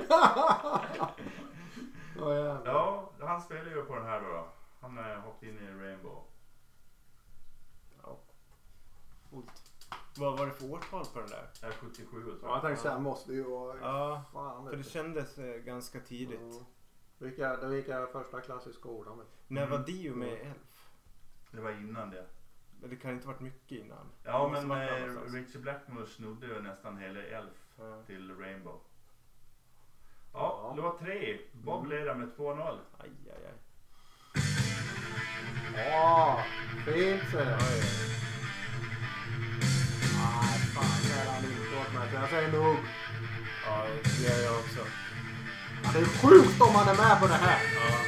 Speaker 1: Åh, jävlar.
Speaker 2: Ja, han spelar ju på den här då. då. Han har hoppat in i Rainbow.
Speaker 3: Ja. Coolt. Vad var det för årtal på den där?
Speaker 2: Är sjuttiosju tror
Speaker 1: Ja,
Speaker 2: jag.
Speaker 1: jag tänkte såhär, måste ju vara...
Speaker 3: Ja,
Speaker 1: Fan,
Speaker 3: för
Speaker 1: vet
Speaker 3: det
Speaker 1: du.
Speaker 3: kändes eh, ganska tidigt.
Speaker 1: Ja. Vilka, det gick jag första klass i skolan. vet du.
Speaker 3: När var
Speaker 2: Mm.
Speaker 3: Dio med i Elf?
Speaker 2: Det var innan det.
Speaker 3: Men det kan inte varit mycket innan.
Speaker 2: Ja,
Speaker 3: Det måste
Speaker 2: men
Speaker 3: varit
Speaker 2: eh,
Speaker 3: någonstans.
Speaker 2: Richie Blackmore snodde ju nästan hela Elf
Speaker 3: Ja.
Speaker 2: till Rainbow. Ja,
Speaker 1: Ja.
Speaker 2: låt tre. Bob
Speaker 1: Mm.
Speaker 2: leder med två noll.
Speaker 3: Aj, aj, aj.
Speaker 1: Ja, fint ser det.
Speaker 3: Oj.
Speaker 1: Nej, fan, det är han inte åt mig. Så jag säger nog.
Speaker 3: Ja, det gör jag också.
Speaker 1: Ja, det är sjukt om man är med på det här.
Speaker 3: Ja.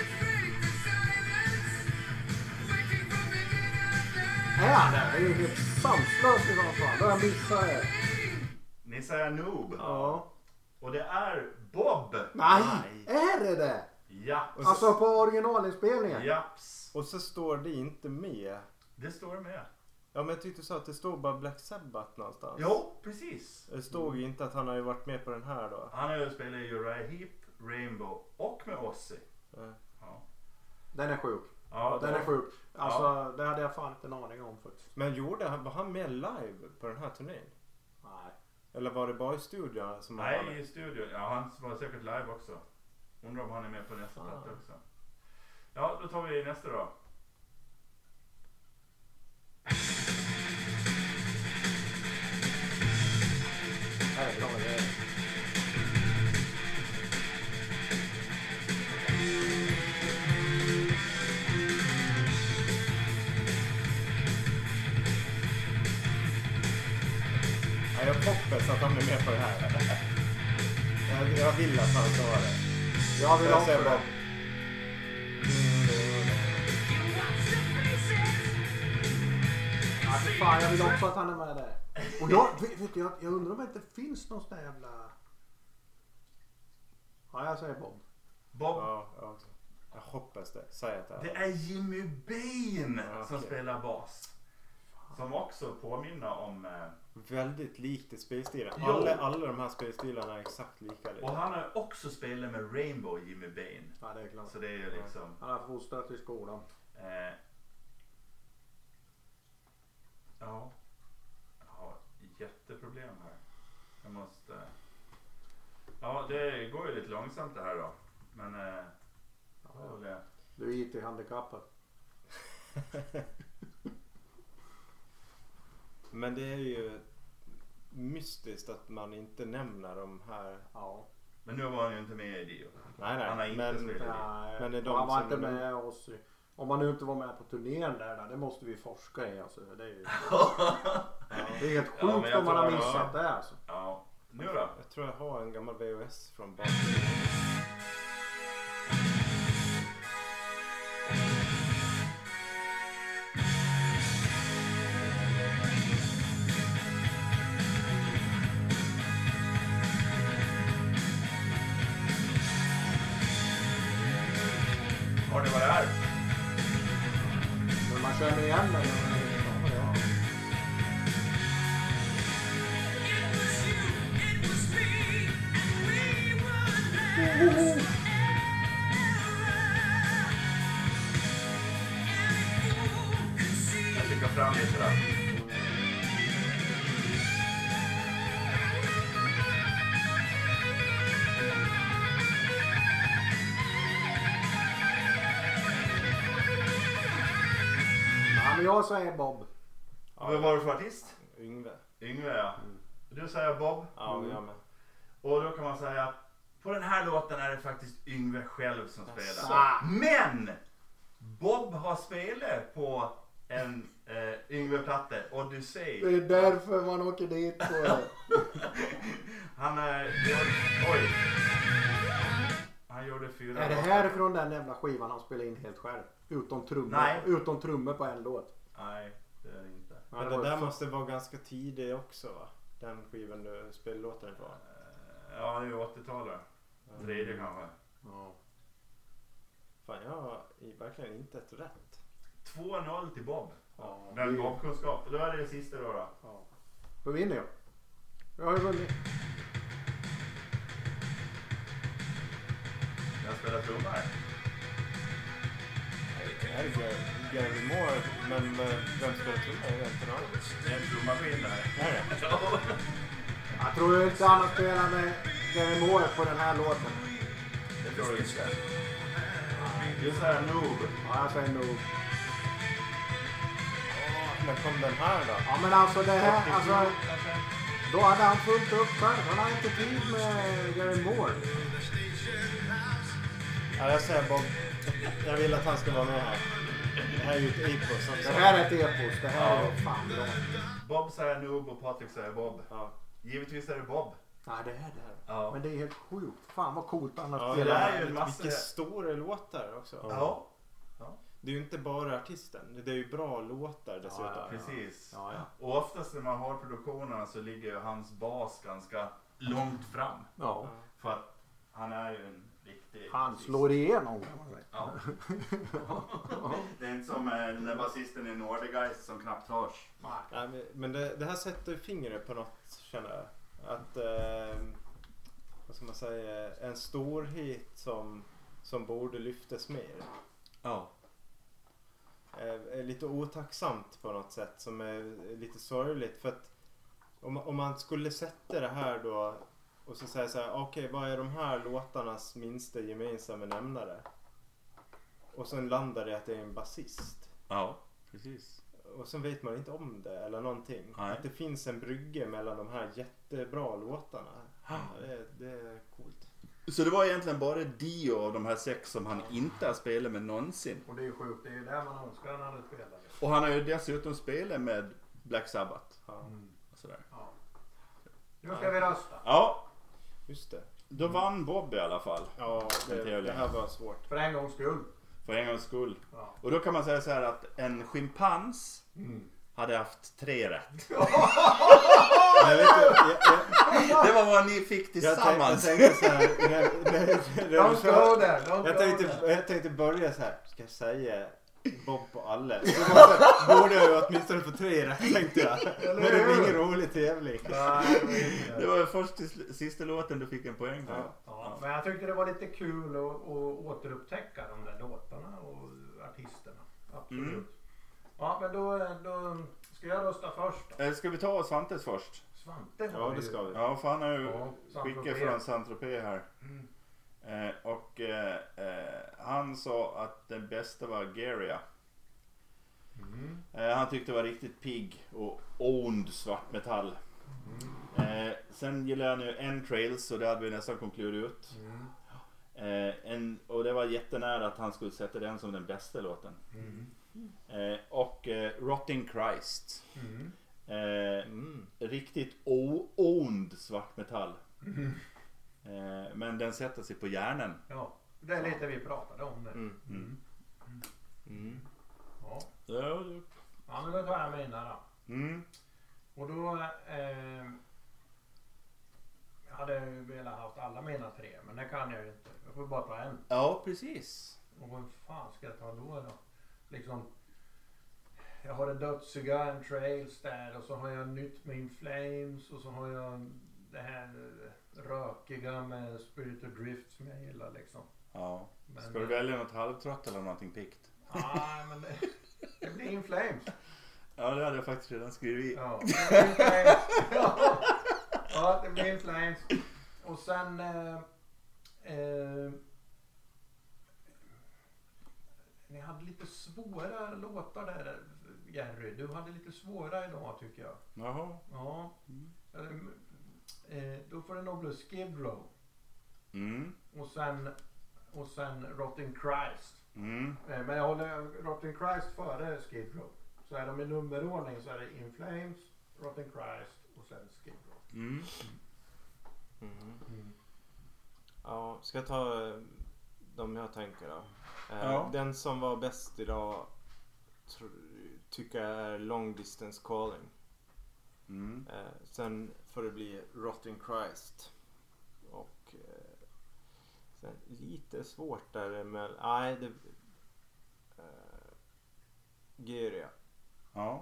Speaker 1: Är han det? Det är ju helt sanslöst i så fall. Då har jag missat det.
Speaker 2: Ni säger Noob.
Speaker 1: Ja.
Speaker 2: Och det är Bob.
Speaker 1: Nej,
Speaker 3: Nej.
Speaker 1: är det det?
Speaker 2: Ja.
Speaker 3: Och så-
Speaker 1: Alltså på originalinspelningen?
Speaker 2: Japs.
Speaker 3: Och så står det inte med.
Speaker 2: Det står med.
Speaker 3: Ja, men jag tyckte så att det står bara Black Sabbath någonstans.
Speaker 2: Jo, precis.
Speaker 3: Det stod ju inte att han har ju varit med på den här då.
Speaker 2: Han har ju spelat i Uriah Heep, Rainbow och med Ozzy.
Speaker 3: Ja.
Speaker 2: Ja.
Speaker 1: Den är sjuk.
Speaker 2: Ja,
Speaker 1: Den
Speaker 2: då-
Speaker 1: är sjuk. Alltså det hade jag fan inte en aning om faktiskt.
Speaker 3: Men gjorde han, var han med live på den här turnén?
Speaker 1: Nej.
Speaker 3: Eller var det bara i studion som han var
Speaker 2: Nej,
Speaker 3: med?
Speaker 2: i studion. Ja, han var säkert live också. Undrar om han är med på nästa
Speaker 3: Fan.
Speaker 2: platta också. Ja, då tar vi nästa då.
Speaker 1: Här är det. Det är-
Speaker 3: Ja, jag hoppas att han är med på det här. Jag, jag vill att han ska vara det.
Speaker 1: Jag vill
Speaker 3: Jag
Speaker 1: också
Speaker 3: säger bara-
Speaker 1: det. Ja, för fan, jag vill också att han är med där. Och jag, vet, vet, du, jag, jag undrar om det inte finns någon sån där jävla... Ja, jag säger Bob.
Speaker 2: Bob.
Speaker 3: Ja, jag också. Jag hoppas det. Säg att det är
Speaker 2: Det
Speaker 3: han.
Speaker 2: är Jimmy Bain
Speaker 3: Ja,
Speaker 2: som
Speaker 3: okej.
Speaker 2: spelar bas. Som också påminner om... Eh,
Speaker 3: Väldigt likt i spelstilen.
Speaker 2: Jo.
Speaker 3: Alla, alla de här spelstilarna är exakt lika.
Speaker 2: och
Speaker 3: Liksom.
Speaker 2: han har också spelat med Rainbow, Jimmy Bain.
Speaker 1: Ja, det är klart.
Speaker 2: Så det är ju liksom...
Speaker 1: Han har fostrat i skolan.
Speaker 2: Eh, ja. Jag har jätteproblem här. Jag måste... Ja, det går ju lite långsamt det här då. Men... Eh,
Speaker 1: Ja,
Speaker 2: jag håller-
Speaker 1: du är I T-handikappad.
Speaker 3: Men det är ju mystiskt att man inte nämner de här.
Speaker 1: Ja.
Speaker 2: Men nu var han ju inte med i Dio.
Speaker 3: Nej, nej.
Speaker 2: Han har inte
Speaker 3: men,
Speaker 2: spelat.
Speaker 1: Nej,
Speaker 3: Men det är de
Speaker 1: han var
Speaker 3: som
Speaker 1: inte
Speaker 3: är
Speaker 1: med oss. i- Om man nu inte var med på turnén där, där det måste vi forska i. Alltså. Det, är ju, det är helt sjukt
Speaker 2: Ja, men jag
Speaker 1: om man har
Speaker 2: tror-
Speaker 1: missat det. Alltså.
Speaker 2: Ja. Nu då?
Speaker 3: Jag tror jag har en gammal V H S från bak.
Speaker 2: Jag klickar fram lite där.
Speaker 1: Ja, men jag säger Bob.
Speaker 2: Vad var det för artist?
Speaker 3: Yngve.
Speaker 2: Yngve, ja. Du säger Bob.
Speaker 3: Ja, jag med.
Speaker 2: Och då kan man säga att på den här låten är det faktiskt Yngve själv som spelar.
Speaker 1: Ah.
Speaker 2: Men Bob har spelat på en eh, Yngve-platta, Odyssey.
Speaker 1: Det är därför man åker dit på det.
Speaker 2: Han är... Oj. Han gjorde fyra
Speaker 1: Är det
Speaker 2: låtar.
Speaker 1: här från den jävla skivan han spelade in helt själv? Utom trummor,
Speaker 2: Nej.
Speaker 1: utom trummor på en låt.
Speaker 2: Nej, det är det inte.
Speaker 1: Ja,
Speaker 3: Men
Speaker 1: det
Speaker 3: det
Speaker 1: var
Speaker 3: där
Speaker 1: för-
Speaker 3: måste vara ganska tidig också va? Den skivan du spelade låten på.
Speaker 2: Ja, det är åttiotalet. Tredje kanske.
Speaker 1: Ja.
Speaker 3: Fan, jag har i- verkligen inte ett rätt.
Speaker 2: två noll till Bob.
Speaker 1: Ja,
Speaker 2: Den
Speaker 1: det-
Speaker 2: Bob-kunskap. Då är det det sista då. då.
Speaker 1: Ja. Då vinner jag. Jag har ju vunnit.
Speaker 2: Jag spelar trummor.
Speaker 3: Det här är Gary- Gary Moore, men eh, vem spelar trummor? Jag vet inte någon.
Speaker 2: Det är en trummaskin det här.
Speaker 3: Är det?
Speaker 1: Jag tror inte han har spelat med Gary Moore på den här låten.
Speaker 2: Det tror du inte. Du säger noob.
Speaker 1: Ja, jag säger nog.
Speaker 3: När kom den här då?
Speaker 1: Ja, men alltså det här, alltså. Då hade han fullt upp själv. Han hade inte tid med Gary Moore.
Speaker 3: Ja, jag säger Bob. Jag vill att han ska vara med här. Det här är ju ett epos också.
Speaker 1: Det här är ett epos. Det här
Speaker 2: Ja.
Speaker 1: är fan bra.
Speaker 2: Bob säger noob och Patrik säger Bob.
Speaker 3: Ja.
Speaker 2: Givetvis är det Bob.
Speaker 1: Nej, det här det här.
Speaker 2: Ja.
Speaker 1: Men det är helt sjukt. Fan vad coolt han har
Speaker 3: Ja,
Speaker 2: det
Speaker 1: spelat.
Speaker 2: där är ju en
Speaker 3: Vilka
Speaker 2: massa...
Speaker 3: stora låtar också.
Speaker 2: Ja,
Speaker 3: Det är ju inte bara artisten. Det är ju bra låtar dessutom.
Speaker 1: Ja, ja,
Speaker 2: precis.
Speaker 1: Ja, ja.
Speaker 2: Och oftast när man har produktionerna så ligger ju hans bas ganska långt fram.
Speaker 1: Ja.
Speaker 2: För att han är ju en riktig...
Speaker 1: Han slår igenom kan man säga.
Speaker 2: Ja. Det är inte som eh, den där basisten i Nordegeist som knappt hörs.
Speaker 3: Nej, men- men det, det här sätter fingret på något känner jag. Att, eh, vad ska man säga, en stor hit som, som borde lyftas mer.
Speaker 2: Ja.
Speaker 3: Eh, är lite otacksamt på något sätt som är lite sorgligt. För att om, om man skulle sätta det här då och så säga så här, okej vad är de här låtarnas minsta gemensamma nämnare? Och sen landar det att det är en basist.
Speaker 2: Ja, precis.
Speaker 3: Och sen vet man inte om det eller någonting.
Speaker 2: Nej.
Speaker 3: Att det finns en brygge mellan de här jättebra låtarna. Ja, det, är- det är coolt.
Speaker 2: Så det var egentligen bara Dio av de här sex som han inte har spelat med någonsin.
Speaker 1: Och det är ju sjukt. Det är ju där man önskar han hade spelat.
Speaker 2: Och han har ju dessutom spelat med Black Sabbath.
Speaker 3: Ja,
Speaker 2: Och sådär.
Speaker 1: Ja. Nu ska vi rösta.
Speaker 2: Ja,
Speaker 3: just det.
Speaker 2: då vann Bob i alla fall.
Speaker 3: Ja, det, det här var svårt.
Speaker 1: För en gångs skull.
Speaker 2: För en gångs skull.
Speaker 1: Ja.
Speaker 2: Och då kan man säga så här att en schimpans
Speaker 1: Mm.
Speaker 2: hade haft tre rätt.
Speaker 3: Men vet du, jag, jag,
Speaker 2: Det var vad ni fick
Speaker 3: jag, tänkte, jag
Speaker 2: tillsammans.
Speaker 3: tänkte så här. När, när, när,
Speaker 1: Don't
Speaker 3: när,
Speaker 1: go there. Don't
Speaker 3: jag,
Speaker 1: go
Speaker 3: tänkte,
Speaker 1: there.
Speaker 3: jag tänkte börja så här. Ska jag säga Bob på alla? Så måste, borde jag ju åtminstone få tre rätt tänkte jag. Men det var ingen rolig tävling.
Speaker 1: Nej, det är inte.
Speaker 2: Det var först till sl- sista låten du fick en poäng på.
Speaker 3: Ja.
Speaker 1: Ja, men jag tyckte det var lite kul att, att återupptäcka de där låtarna och artisterna. Absolut.
Speaker 2: Mm.
Speaker 1: Ja, men då, då ska jag rösta först då.
Speaker 2: Eh, Ska vi ta Svantes först?
Speaker 1: Svante har
Speaker 3: Ja,
Speaker 1: vi
Speaker 3: det
Speaker 1: ju.
Speaker 3: ska vi.
Speaker 2: Ja, för han har ju
Speaker 1: Ja,
Speaker 2: skickat
Speaker 1: Saint-Tropez.
Speaker 2: från Saint-Tropez här.
Speaker 1: Mm.
Speaker 2: Eh, och eh, eh, han sa att den bästa var Garia.
Speaker 1: Mm.
Speaker 2: Eh, han tyckte det var riktigt pigg och owned svartmetall.
Speaker 1: Mm.
Speaker 2: Eh, sen gillar han ju Entrails och det hade vi nästan konkluderat ut.
Speaker 1: Mm.
Speaker 2: Eh, en, och det var jättenära att han skulle sätta den som den bästa låten.
Speaker 1: Mm.
Speaker 2: Eh, och eh, Rotting Christ.
Speaker 1: Mm.
Speaker 2: Eh,
Speaker 3: Mm.
Speaker 2: riktigt o-owned svartmetall.
Speaker 1: Mm.
Speaker 2: Eh, men den sätter sig på hjärnan.
Speaker 1: Ja, det är lite vi pratade om det.
Speaker 3: Mm.
Speaker 2: Mm.
Speaker 3: Mm.
Speaker 1: Ja.
Speaker 2: Ja, det-
Speaker 1: Ja, men då tar jag mina då.
Speaker 2: mm.
Speaker 1: Och då eh, jag hade ju velat haft alla mina tre, men det kan jag ju inte. Jag får bara ta en.
Speaker 2: ja, precis.
Speaker 1: Och vad fan ska jag ta då då? Liksom, jag har det dödsiga Entrails där och så har jag nytt med In Flames och så har jag det här eh, rökiga med Spirit of Drift som jag gillar liksom.
Speaker 2: Ja.
Speaker 1: Men,
Speaker 2: Ska du välja något halvtrött eller någonting pikt?
Speaker 1: Ja, men det, det blir In Flames.
Speaker 2: Ja, det hade jag faktiskt redan skrivit.
Speaker 1: Ja, det blir In Flames. Ja, ja, det blir In Flames. Och sen... Eh, eh, ni hade lite svåra låtar där, Jerry. Du hade lite svåra idag tycker jag.
Speaker 2: Jaha.
Speaker 1: Ja.
Speaker 2: Mm.
Speaker 1: Eh, då får det nog bli Skid Row.
Speaker 2: Mm.
Speaker 1: Och sen, och sen Rotting Christ.
Speaker 2: Mm.
Speaker 1: Eh, men jag håller Rotting Christ före Skid Row. Så är de i nummerordning så är det In Flames, Rotting Christ och sen Skid Row.
Speaker 2: Mm.
Speaker 3: Mm.
Speaker 1: Mm.
Speaker 3: Ja, ska jag ta eh, de jag tänker då? Eh,
Speaker 2: Ja.
Speaker 3: Den som var bäst idag tr- tycker jag är Long Distance Calling.
Speaker 2: Mm.
Speaker 3: Eh, sen får det bli Rotting Christ. Och eh, sen lite svårt där med, nej det eh, Geria.
Speaker 2: Ja.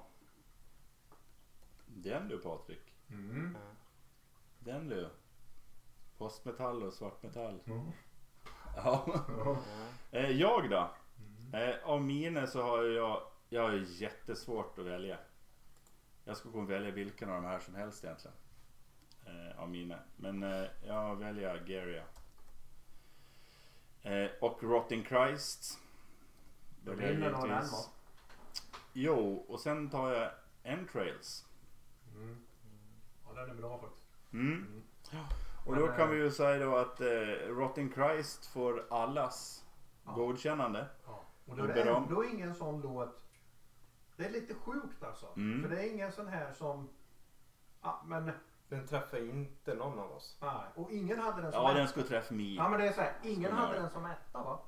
Speaker 2: Den du Patrik.
Speaker 1: Mm.
Speaker 3: Eh,
Speaker 2: Den du. Postmetall och svartmetall.
Speaker 1: Mm.
Speaker 2: Ja.
Speaker 1: Ja.
Speaker 3: ja.
Speaker 2: Eh, jag då?
Speaker 1: Mm.
Speaker 2: Eh, av mina så har jag, jag har jättesvårt att välja. Jag skulle kunna välja vilken av de här som helst egentligen. Eh, av mina. Men eh, jag väljer Geria. Eh, och Rotting Christ.
Speaker 1: Då
Speaker 2: Väljer jag
Speaker 1: vinner nog den va?
Speaker 2: givetvis. Jo, och sen tar jag Entrails.
Speaker 1: Mm. Ja, den är bra faktiskt.
Speaker 2: Mm.
Speaker 1: Mm.
Speaker 2: Och
Speaker 1: Men,
Speaker 2: då kan
Speaker 1: eh,
Speaker 2: vi ju säga då att eh, Rotting Christ får allas
Speaker 1: Ja.
Speaker 2: godkännande.
Speaker 1: Ja. Och då är
Speaker 2: Och
Speaker 1: det
Speaker 2: beröm.
Speaker 1: ändå ingen sån låt. Det är lite sjukt alltså.
Speaker 2: Mm.
Speaker 1: För det är ingen sån här som... Ja, men...
Speaker 3: Den träffar inte någon av oss.
Speaker 1: Nej. Och ingen hade den som
Speaker 2: Ja,
Speaker 1: etta.
Speaker 2: den skulle träffa mig.
Speaker 1: Ja men det är så här, ingen
Speaker 2: Ska
Speaker 1: hade
Speaker 2: göra.
Speaker 1: den som etta va?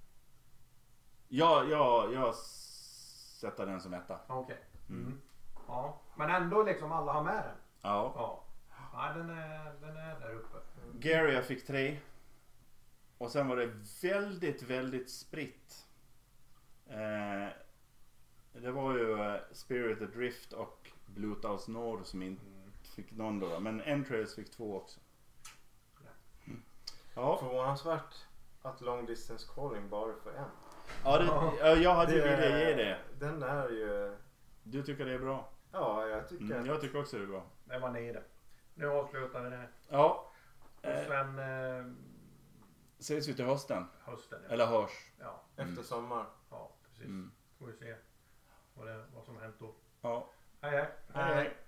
Speaker 2: Ja, ja, jag sätter den som etta.
Speaker 1: Okej.
Speaker 2: Mm.
Speaker 1: Mm. Ja. Men ändå liksom alla har med den.
Speaker 2: Ja.
Speaker 1: Ja. Nej den är, den är där uppe.
Speaker 2: Gary jag fick tre. Och sen var det väldigt, väldigt spritt. Eh, det var ju eh, Spirit Adrift och Bluetooth North som inte
Speaker 1: Mm.
Speaker 2: fick någon då. Men Entrails fick två också.
Speaker 1: Ja.
Speaker 2: Mm. Ja,
Speaker 3: Förvånansvärt att Long Distance Calling bara får en.
Speaker 2: ja, det, ja jag hade velat ge det.
Speaker 3: Den är ju...
Speaker 2: Du tycker det är bra?
Speaker 3: Ja, jag tycker
Speaker 2: Mm,
Speaker 3: att...
Speaker 2: jag tycker också det är bra.
Speaker 1: Det var nere. Nu avslutar vi det här.
Speaker 2: Ja,
Speaker 1: Och
Speaker 2: eh,
Speaker 1: sen eh,
Speaker 2: ses vi till hösten.
Speaker 1: hösten. Ja.
Speaker 2: Eller hörs.
Speaker 1: Ja,
Speaker 3: Efter sommar.
Speaker 1: ja precis.
Speaker 2: Mm.
Speaker 1: Får vi se vad, det, vad som hänt då.
Speaker 2: Ja.
Speaker 1: Hej hej.
Speaker 2: Hej, hej.